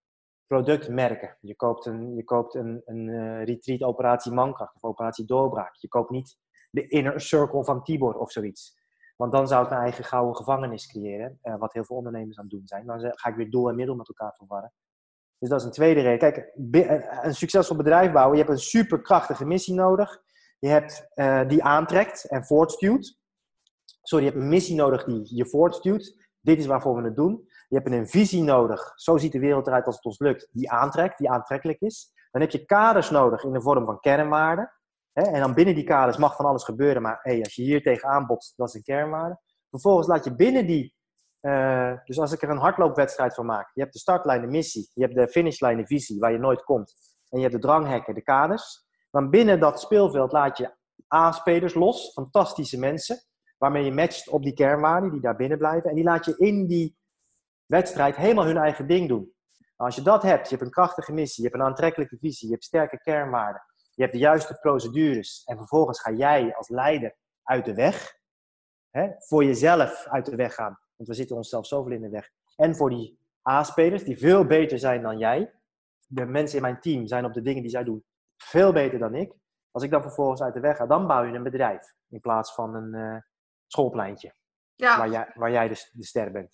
productmerken. Je koopt een, je koopt een, een uh, retreat operatie Mankracht of operatie Doorbraak. Je koopt niet de inner circle van Tibor of zoiets. Want dan zou ik mijn eigen gouden gevangenis creëren. Uh, wat heel veel ondernemers aan het doen zijn. Dan ga ik weer doel en middel met elkaar verwarren. Dus dat is een tweede reden. Kijk, een succesvol bedrijf bouwen. Je hebt een superkrachtige missie nodig. Je hebt uh, die aantrekt en voortstuwt. Sorry, je hebt een missie nodig die je voortstuwt. Dit is waarvoor we het doen. Je hebt een visie nodig. Zo ziet de wereld eruit als het ons lukt. Die aantrekt, die aantrekkelijk is. Dan heb je kaders nodig in de vorm van kernwaarden. Hè? En dan binnen die kaders mag van alles gebeuren. Maar hey, als je hier tegenaan botst, dat is een kernwaarde. Vervolgens laat je binnen die... Uh, dus als ik er een hardloopwedstrijd van maak. Je hebt de startlijn, de missie. Je hebt de finishlijn, de visie, waar je nooit komt. En je hebt de dranghekken, de kaders. Dan binnen dat speelveld laat je A-spelers los. Fantastische mensen. Waarmee je matcht op die kernwaarden die daar binnen blijven. En die laat je in die wedstrijd helemaal hun eigen ding doen. Nou, als je dat hebt, je hebt een krachtige missie, je hebt een aantrekkelijke visie, je hebt sterke kernwaarden, je hebt de juiste procedures en vervolgens ga jij als leider uit de weg, hè, voor jezelf uit de weg gaan, want we zitten onszelf zoveel in de weg, en voor die A-spelers die veel beter zijn dan jij, de mensen in mijn team zijn op de dingen die zij doen veel beter dan ik, als ik dan vervolgens uit de weg ga, dan bouw je een bedrijf in plaats van een uh, schoolpleintje, ja. waar, jij, waar jij de, de ster bent.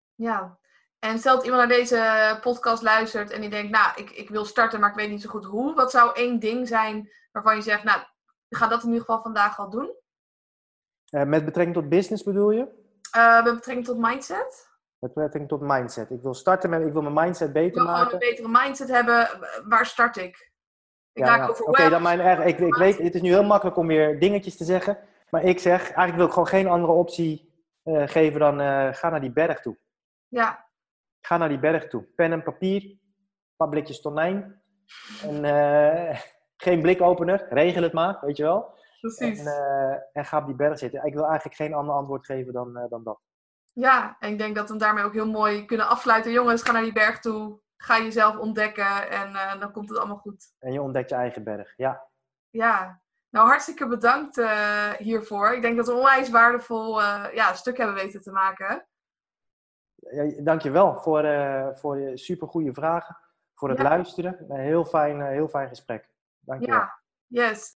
Ja, en stel dat iemand naar deze podcast luistert en die denkt, nou, ik, ik wil starten, maar ik weet niet zo goed hoe. Wat zou één ding zijn waarvan je zegt, nou, ik ga dat in ieder geval vandaag al doen? Uh, met betrekking tot business bedoel je? Uh, met betrekking tot mindset? Met betrekking tot mindset. Ik wil starten met, ik wil mijn mindset beter maken. Ik wil gewoon een betere mindset hebben. Waar start ik? Ik ja, ja. Oké, okay, dan mijn erg. Ik, ik weet, het is nu heel makkelijk om weer dingetjes te zeggen. Maar ik zeg, eigenlijk wil ik gewoon geen andere optie uh, geven dan uh, ga naar die berg toe. Ja. Ga naar die berg toe. Pen en papier, een paar blikjes tonijn. En uh, geen blikopener, regel het maar, weet je wel. Precies. En, uh, en ga op die berg zitten. Ik wil eigenlijk geen ander antwoord geven dan, uh, dan dat. Ja, en ik denk dat we hem daarmee ook heel mooi kunnen afsluiten. Jongens, ga naar die berg toe. Ga jezelf ontdekken en uh, dan komt het allemaal goed. En je ontdekt je eigen berg, ja. Ja. Nou, hartstikke bedankt uh, hiervoor. Ik denk dat we een onwijs waardevol uh, ja, stuk hebben weten te maken. Ja, dankjewel voor, uh, voor je supergoeie vragen. Voor het ja. luisteren. Een heel fijn, uh, heel fijn gesprek. Dankjewel. Ja, yes.